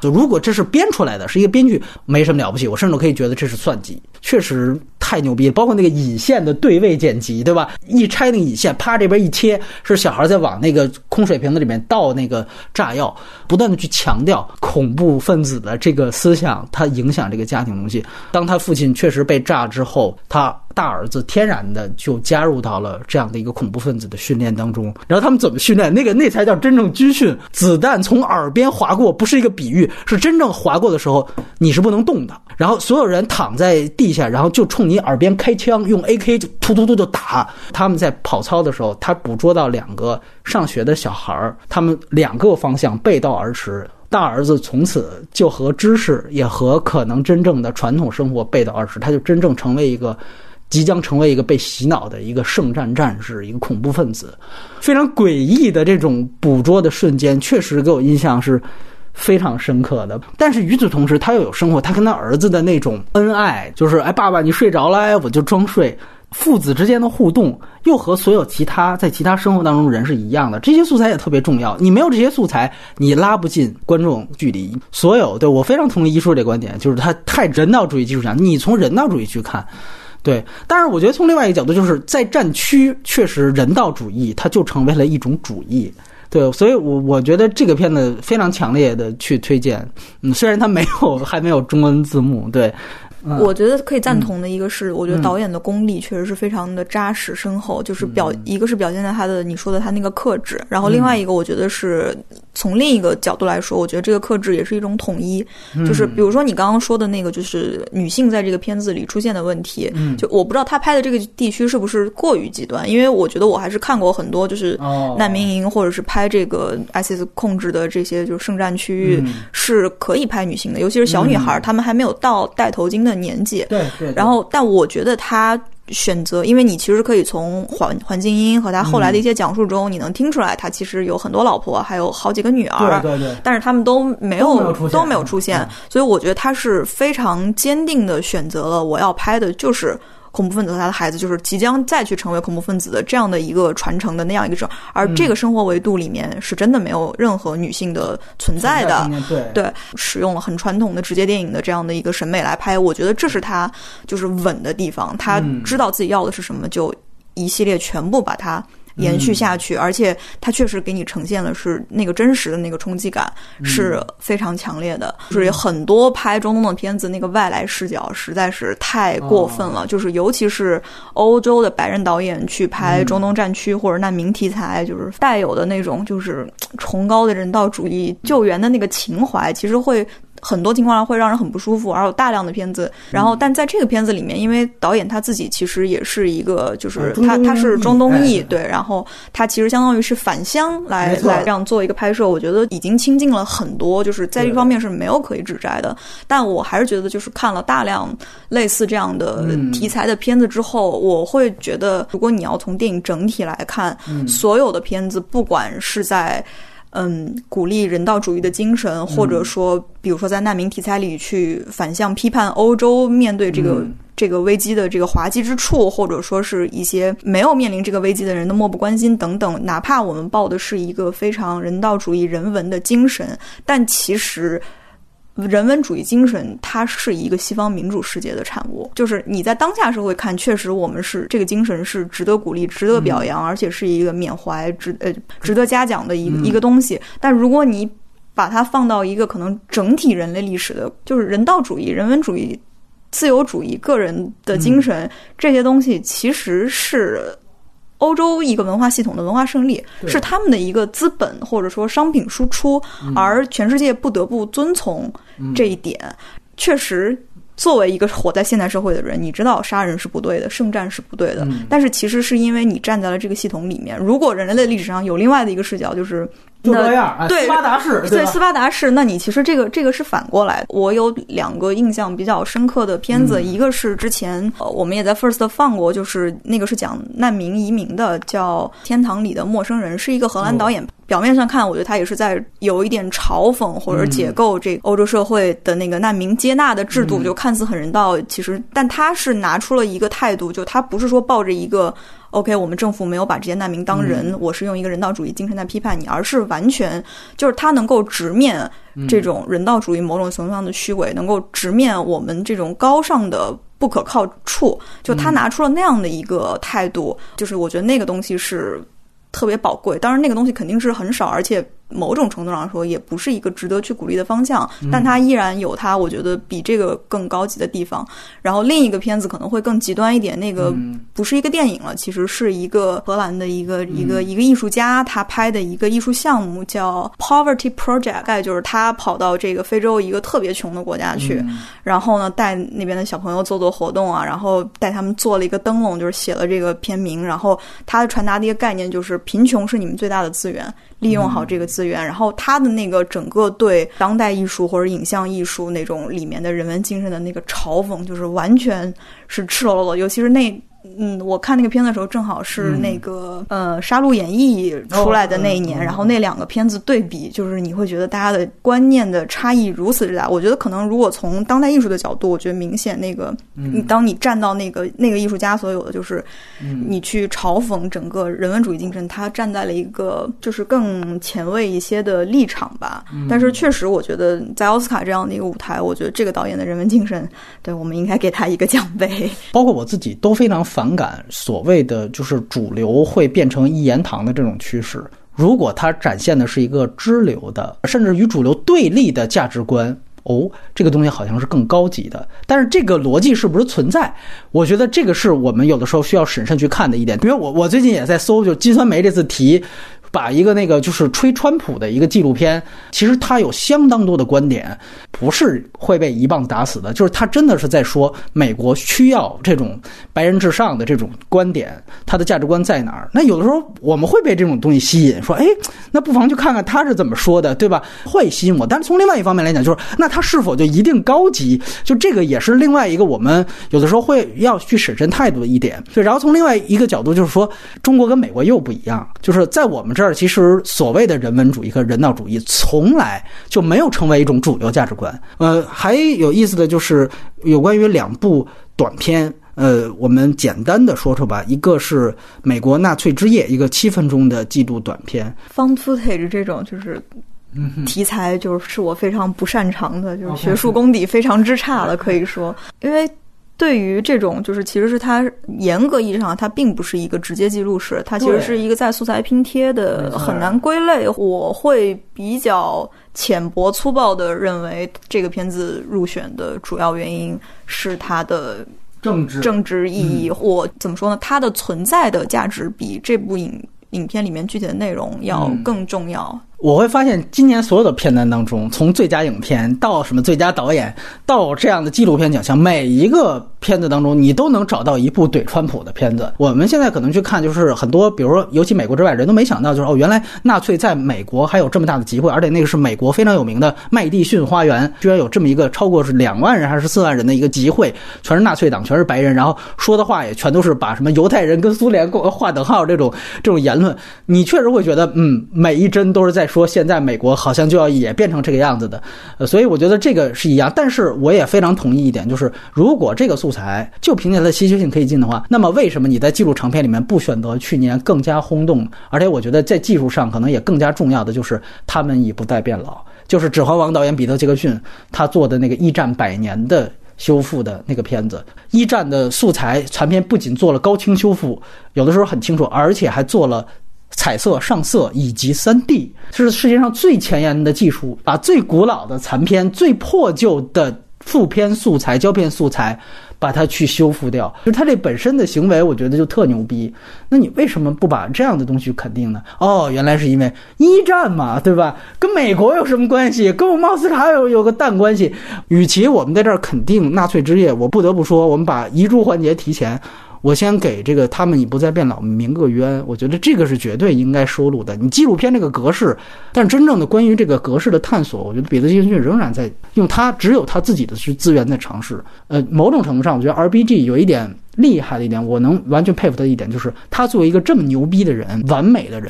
就如果这是编出来的，是一个编剧，没什么了不起，我甚至可以觉得这是算计，确实太牛逼了。包括那个引线的对位剪辑，对吧？一拆那个引线，啪这边一切，是小孩在往那个空水瓶子里面倒那个炸药，不断的去强调恐怖分子的这个思想，它影响这个家庭东西。当他父亲确实被炸之后，他大儿子天然的就加入到了这样的一个恐怖分子的训练当中。然后他们怎么训练？那才叫真正军训。子弹从耳边划过，不是一个比喻，是真正划过的时候你是不能动的。然后所有人躺在地下，然后就冲你耳边开枪，用 AK 就突突突就打。他们在跑操的时候，他捕捉到2个上学的小孩，他们2个方向背道而驰。大儿子从此就和知识也和可能真正的传统生活背道而驰，他就真正即将成为一个被洗脑的一个圣战战士，一个恐怖分子。非常诡异的这种捕捉的瞬间，确实给我印象是非常深刻的。但是与此同时，他又有生活，他跟他儿子的那种恩爱，就是爸爸你睡着了，我就装睡。父子之间的互动又和所有在其他生活当中的人是一样的，这些素材也特别重要。你没有这些素材，你拉不近观众距离。所有对我非常同意一叔这观点，就是他太人道主义基础上，你从人道主义去看。对，但是我觉得从另外一个角度，就是在战区确实人道主义它就成为了一种主义。对，所以我觉得这个片子非常强烈的去推荐。虽然它还没有中文字幕，对。 我觉得可以赞同的一个是，我觉得导演的功力确实是非常的扎实深厚，就是一个是表现在他的你说的他那个克制，然后另外一个我觉得是从另一个角度来说，我觉得这个克制也是一种统一，就是比如说你刚刚说的那个就是女性在这个片子里出现的问题，就我不知道他拍的这个地区是不是过于极端，因为我觉得我还是看过很多就是难民营或者是拍这个 ISIS 控制的这些就是圣战区域是可以拍女性的，尤其是小女孩，她们还没有到戴头巾的年纪， 对， 然后但我觉得他选择，因为你其实可以从环境音和他后来的一些讲述中，你能听出来他其实有很多老婆，还有好几个女儿， 对， 但是他们都没有出现，所以我觉得他是非常坚定的选择了我要拍的就是恐怖分子和他的孩子，就是即将再去成为恐怖分子的这样的一个传承的那样一个而这个生活维度里面是真的没有任何女性的存在的，对，使用了很传统的直接电影的这样的一个审美来拍，我觉得这是他就是稳的地方，他知道自己要的是什么，就一系列全部把它延续下去，而且它确实给你呈现了是那个真实的那个冲击感是非常强烈的，就是很多拍中东的片子那个外来视角实在是太过分了，就是尤其是欧洲的白人导演去拍中东战区或者难民题材，就是带有的那种就是崇高的人道主义救援的那个情怀，其实会很多情况下会让人很不舒服，而有大量的片子，然后但在这个片子里面，因为导演他自己其实也是一个就是他是中东裔，对，然后他其实相当于是返乡来这样做一个拍摄，我觉得已经亲近了很多，就是在这方面是没有可以指摘的。但我还是觉得就是看了大量类似这样的题材的片子之后，我会觉得如果你要从电影整体来看，所有的片子不管是在鼓励人道主义的精神，或者说比如说在难民题材里去反向批判欧洲面对这个危机的这个滑稽之处，或者说是一些没有面临这个危机的人的漠不关心等等，哪怕我们抱的是一个非常人道主义人文的精神，但其实人文主义精神它是一个西方民主世界的产物，就是你在当下社会看，确实我们是这个精神是值得鼓励值得表扬，而且是一个缅怀值得嘉奖的一个东西，但如果你把它放到一个可能整体人类历史的就是人道主义人文主义自由主义个人的精神，这些东西其实是欧洲一个文化系统的文化胜利，是他们的一个资本或者说商品输出，而全世界不得不遵从这一点。确实作为一个活在现代社会的人，你知道杀人是不对的，圣战是不对的，但是其实是因为你站在了这个系统里面。如果人类历史上有另外的一个视角，就是就这样， 对， 斯巴达式， 对，斯巴达式，那你其实这个是反过来的。我有2个印象比较深刻的片子，一个是之前我们也在 First 放过，就是那个是讲难民移民的，叫《天堂里的陌生人》，是一个荷兰导演表面上看，我觉得他也是在有一点嘲讽或者解构这欧洲社会的那个难民接纳的制度，就看似很人道，其实但他是拿出了一个态度，就他不是说抱着一个 OK 我们政府没有把这些难民当人，我是用一个人道主义精神在批判你，而是完全就是他能够直面这种人道主义某种程度上的虚伪，能够直面我们这种高尚的不可靠处，就他拿出了那样的一个态度，就是我觉得那个东西是特别宝贵。当然那个东西肯定是很少，而且某种程度上说也不是一个值得去鼓励的方向，但它依然有它我觉得比这个更高级的地方。然后另一个片子可能会更极端一点，那个不是一个电影了，其实是一个荷兰的一个艺术家他拍的一个艺术项目叫 Poverty Project， 大概就是他跑到这个非洲一个特别穷的国家去，然后呢带那边的小朋友做活动啊，然后带他们做了一个灯笼，就是写了这个片名，然后他传达的一个概念就是贫穷是你们最大的资源，利用好这个资源。然后他的那个整个对当代艺术或者影像艺术那种里面的人文精神的那个嘲讽，就是完全是赤裸裸的。尤其是我看那个片子的时候正好是那个杀戮演义出来的那一年，然后那两个片子对比，就是你会觉得大家的观念的差异如此之大。我觉得可能如果从当代艺术的角度，我觉得明显那个当你站到那个艺术家所有的就是你去嘲讽整个人文主义精神，他站在了一个就是更前卫一些的立场吧。但是确实我觉得在奥斯卡这样的一个舞台，我觉得这个导演的人文精神，对，我们应该给他一个奖杯。 包括我自己都非常反感所谓的就是主流会变成一言堂的这种趋势。如果它展现的是一个支流的甚至与主流对立的价值观，这个东西好像是更高级的，但是这个逻辑是不是存在，我觉得这个是我们有的时候需要审慎去看的一点。因为我最近也在搜，就金酸梅这次提把一个那个就是吹川普的一个纪录片，其实他有相当多的观点不是会被一棒打死的，就是他真的是在说美国需要这种白人至上的这种观点，他的价值观在哪儿。那有的时候我们会被这种东西吸引，说那不妨去看看他是怎么说的，对吧？会吸引我。但是从另外一方面来讲，就是那他是否就一定高级，就这个也是另外一个我们有的时候会要去审慎态度的一点。对，然后从另外一个角度就是说，中国跟美国又不一样，就是在我们这儿其实所谓的人文主义和人道主义从来就没有成为一种主流价值观。还有意思的就是有关于两部短片，我们简单的说说吧。一个是美国纳粹之夜，一个7分钟的纪录短片。 Found footage 这种就是题材就是我非常不擅长的，就是学术功底非常之差了，可以说。因为对于这种就是其实是它严格意义上它并不是一个直接记录式，它其实是一个在素材拼贴的，很难归类。我会比较浅薄粗暴的认为这个片子入选的主要原因是它的政治意义。我怎么说呢，它的存在的价值比这部影片里面具体的内容要更重要。 我会发现今年所有的片单当中，从最佳影片到什么最佳导演到这样的纪录片奖项，每一个片子当中你都能找到一部怼川普的片子。我们现在可能去看，就是很多比如说尤其美国之外人都没想到，就是原来纳粹在美国还有这么大的机会，而且那个是美国非常有名的麦迪逊花园，居然有这么一个超过是2万人还是4万人的一个集会，全是纳粹党，全是白人，然后说的话也全都是把什么犹太人跟苏联划等号这种言论。你确实会觉得每一帧都是在说现在美国好像就要也变成这个样子的。所以我觉得这个是一样。但是我也非常同意一点，就是如果这个素材就凭借它的稀缺性可以进的话，那么为什么你在纪录长片里面不选择去年更加轰动，而且我觉得在技术上可能也更加重要的就是他们已不再变老，就是《指环王》导演彼得·杰克逊他做的那个1战100年的修复的那个片子。1战的素材残片不仅做了高清修复，有的时候很清楚，而且还做了彩色上色以及 3D， 这是世界上最前沿的技术，把最古老的残片最破旧的负片素材胶片素材把它去修复掉，就它这本身的行为我觉得就特牛逼。那你为什么不把这样的东西肯定呢？原来是因为1战嘛，对吧？跟美国有什么关系？跟我们奥斯卡有个蛋关系。与其我们在这儿肯定纳粹之夜，我不得不说我们把遗珠环节提前，我先给这个他们已不再变老鸣个冤，我觉得这个是绝对应该收录的。你纪录片这个格式，但真正的关于这个格式的探索，我觉得彼得·杰克逊仍然在用他只有他自己的资源在尝试。某种程度上，我觉得 RBG 有一点厉害的一点，我能完全佩服他的一点，就是他作为一个这么牛逼的人，完美的人，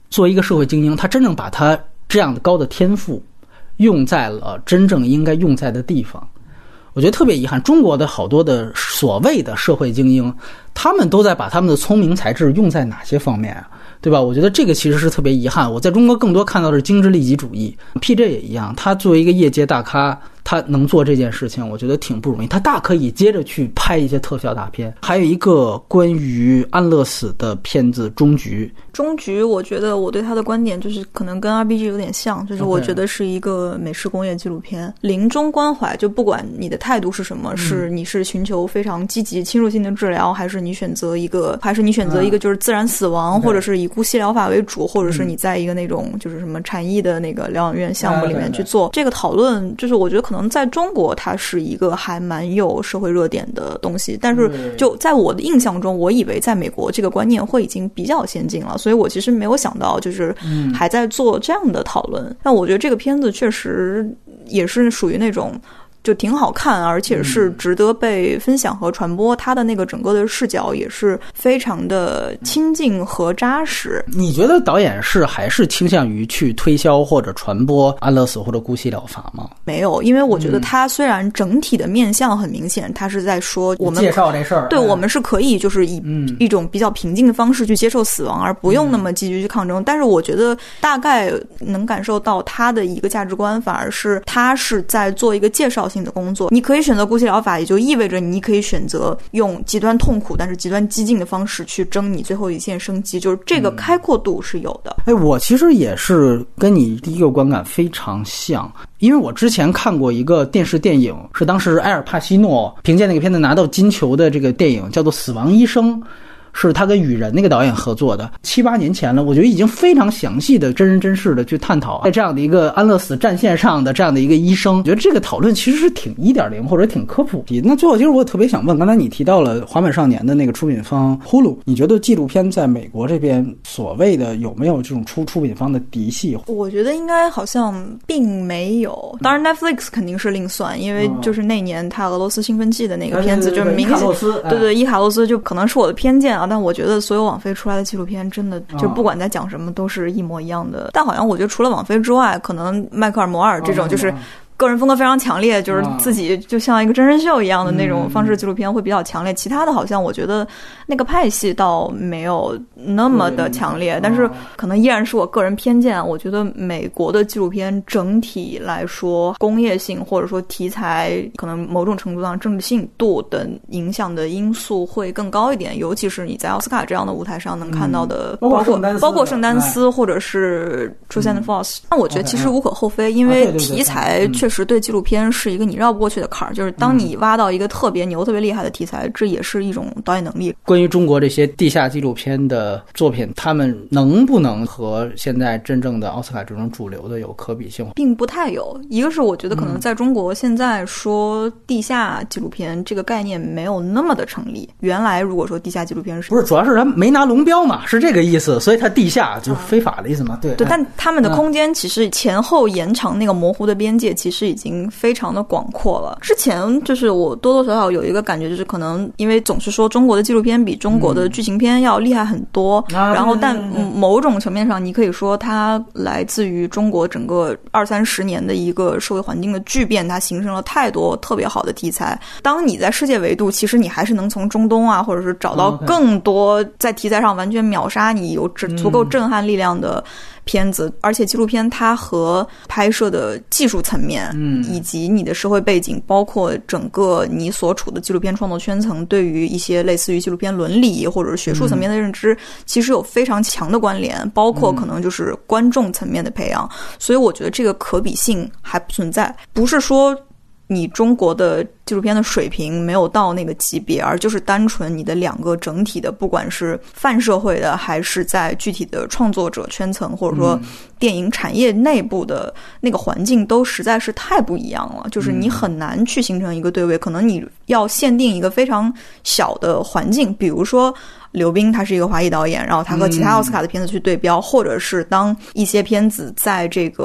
作为一个社会精英，他真正把他这样的高的天赋用在了真正应该用在的地方。我觉得特别遗憾，中国的好多的所谓的社会精英，他们都在把他们的聪明才智用在哪些方面啊？对吧？我觉得这个其实是特别遗憾。我在中国更多看到的是精致利己主义 ，PJ 也一样，他作为一个业界大咖，他能做这件事情，我觉得挺不容易。他大可以接着去拍一些特效大片。还有一个关于安乐死的片子《终局》， 我觉得我对他的观点就是可能跟 RPG 有点像，就是我觉得是一个美式工业纪录片，临终关怀，就不管你的态度是什么，是你是寻求非常积极侵入性的治疗，还是你选择一个就是自然死亡，或者是以姑息疗法为主，或者是你在一个那种就是什么产业的那个疗养院项目里面去做这个讨论，就是我觉得可能在中国它是一个还蛮有社会热点的东西，但是就在我的印象中，我以为在美国这个观念会已经比较先进了，所以我其实没有想到就是还在做这样的讨论。但我觉得这个片子确实也是属于那种就挺好看，而且是值得被分享和传播。它的那个整个的视角也是非常的亲近和扎实。 你觉得导演还是倾向于去推销或者传播安乐死或者姑息疗法吗？ 没有，因为我觉得它虽然整体的面向很明显，它是在说我们介绍这事儿， 对，我们是可以就是以一种比较平静的方式去接受死亡，而不用那么积极去抗争。但是我觉得大概能感受到他的一个价值观，反而是他是在做一个介绍性的工作。你可以选择姑息疗法，也就意味着你可以选择用极端痛苦但是极端激进的方式去争你最后一线生机，就是这个开阔度是有的。 我其实也是跟你第一个观感非常像，因为我之前看过一个电视电影，是当时埃尔帕西诺凭借那个片子拿到金球的这个电影，叫做《死亡医生》，是他跟雨人那个导演合作的，7、8年前了，我觉得已经非常详细的真人真事的去探讨在这样的一个安乐死战线上的这样的一个医生，我觉得这个讨论其实是挺 1.0 或者挺科普的。那最后其实我特别想问，刚才你提到了滑板少年的那个出品方 Hulu， 你觉得纪录片在美国这边所谓的有没有这种出品方的嫡系？ 我觉得应该好像并没有，当然 Netflix 肯定是另算，因为就是那年他俄罗斯兴奋剂的那个片子就是明显对伊卡洛斯就可能是我的偏见啊，但我觉得所有网飞出来的纪录片真的就不管在讲什么都是一模一样的。但好像我觉得除了网飞之外，可能迈克尔摩尔这种就是个人风格非常强烈，就是自己就像一个真人秀一样的那种方式纪录片会比较强烈。其他的好像我觉得那个派系倒没有那么的强烈，但是可能依然是我个人偏见。我觉得美国的纪录片整体来说工业性或者说题材可能某种程度上政治性度的影响的因素会更高一点，尤其是你在奥斯卡这样的舞台上能看到的，包括圣丹斯或者是 True Santa Force。那我觉得其实无可厚非，因为题材确实对纪录片是一个你绕不过去的坎儿，就是当你挖到一个特别牛特别厉害的题材，这也是一种导演能力。 关于中国这些地下纪录片的作品，他们能不能和现在真正的奥斯卡这种主流的有可比性？ 并不太有。一个是我觉得可能在中国现在说地下纪录片这个概念没有那么的成立，原来如果说地下纪录片是不是主要是他没拿龙标嘛，是这个意思，所以他地下就是非法的意思嘛。对， 但他们的空间其实前后延长那个模糊的边界其实已经非常的广阔了。之前就是我多多少少有一个感觉，就是可能因为总是说中国的纪录片比中国的剧情片要厉害很多，然后但某种层面上你可以说它来自于中国整个20-30年的一个社会环境的巨变，它形成了太多特别好的题材。当你在世界维度，其实你还是能从中东啊，或者是找到更多在题材上完全秒杀你有足够震撼力量的片子。而且纪录片它和拍摄的技术层面以及你的社会背景，包括整个你所处的纪录片创作圈层对于一些类似于纪录片伦理或者学术层面的认知其实有非常强的关联，包括可能就是观众层面的培养。所以我觉得这个可比性还不存在，不是说你中国的纪录片的水平没有到那个级别，而就是单纯你的两个整体的，不管是泛社会的还是在具体的创作者圈层或者说电影产业内部的那个环境都实在是太不一样了，就是你很难去形成一个对位。可能你要限定一个非常小的环境，比如说刘彬他是一个华裔导演，然后他和其他奥斯卡的片子去对标，或者是当一些片子在这个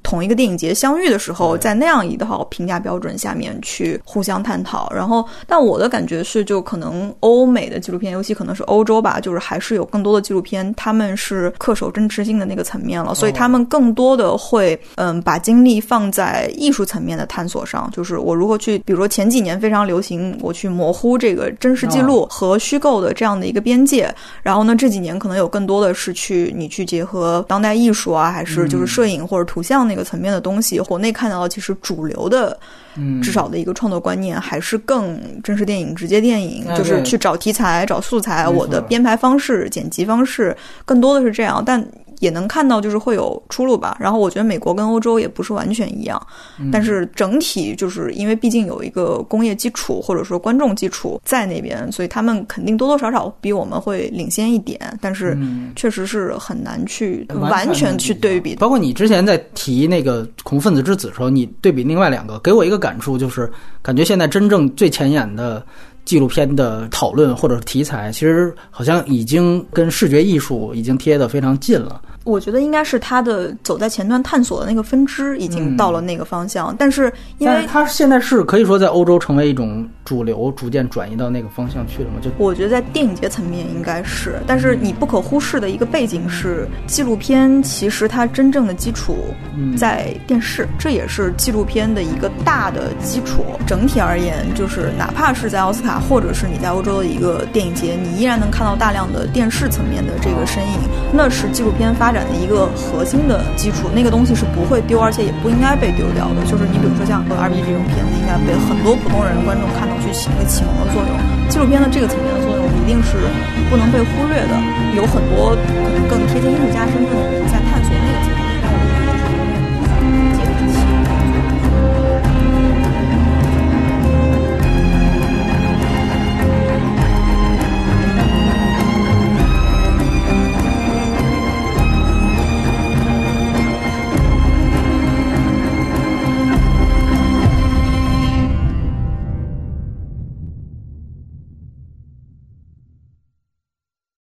同一个电影节相遇的时候，在那样一套评价标准下面去互相探讨。然后但我的感觉是，就可能欧美的纪录片，尤其可能是欧洲吧，就是还是有更多的纪录片他们是恪守真实性的那个层面了，所以他们更多的会把精力放在艺术层面的探索上，就是我如何去，比如说前几年非常流行我去模糊这个真实记录和虚构的这样的一个边界，然后呢这几年可能有更多的是你去结合当代艺术啊，还是就是摄影或者图像那个层面的东西。国内看到其实主流的至少的一个创作观念还是更真实电影、直接电影，就是去找题材、找素材，我的编排方式、剪辑方式更多的是这样，但也能看到就是会有出入吧。然后我觉得美国跟欧洲也不是完全一样，但是整体就是因为毕竟有一个工业基础或者说观众基础在那边，所以他们肯定多多少少比我们会领先一点，但是确实是很难去完全去对比。 包括你之前在提那个恐怖分子之子的时候，你对比另外两个，给我一个感触就是感觉现在真正最前沿的纪录片的讨论或者题材，其实好像已经跟视觉艺术已经贴得非常近了。 我觉得应该是他的走在前端探索的那个分支已经到了那个方向，但是因为他现在是可以说在欧洲成为一种主流，逐渐转移到那个方向去了吗？就我觉得在电影节层面应该是，但是你不可忽视的一个背景是，纪录片其实它真正的基础在电视，这也是纪录片的一个大的基础。整体而言，就是哪怕是在奥斯卡或者是你在欧洲的一个电影节，你依然能看到大量的电视层面的这个身影，那是纪录片发展的一个核心的基础，那个东西是不会丢，而且也不应该被丢掉的。就是你比如说像2B 这种片子，应该被很多普通人观众看到去起一个启蒙的作用，纪录片的这个层面的作用一定是不能被忽略的，有很多可能更贴近艺术家身份的人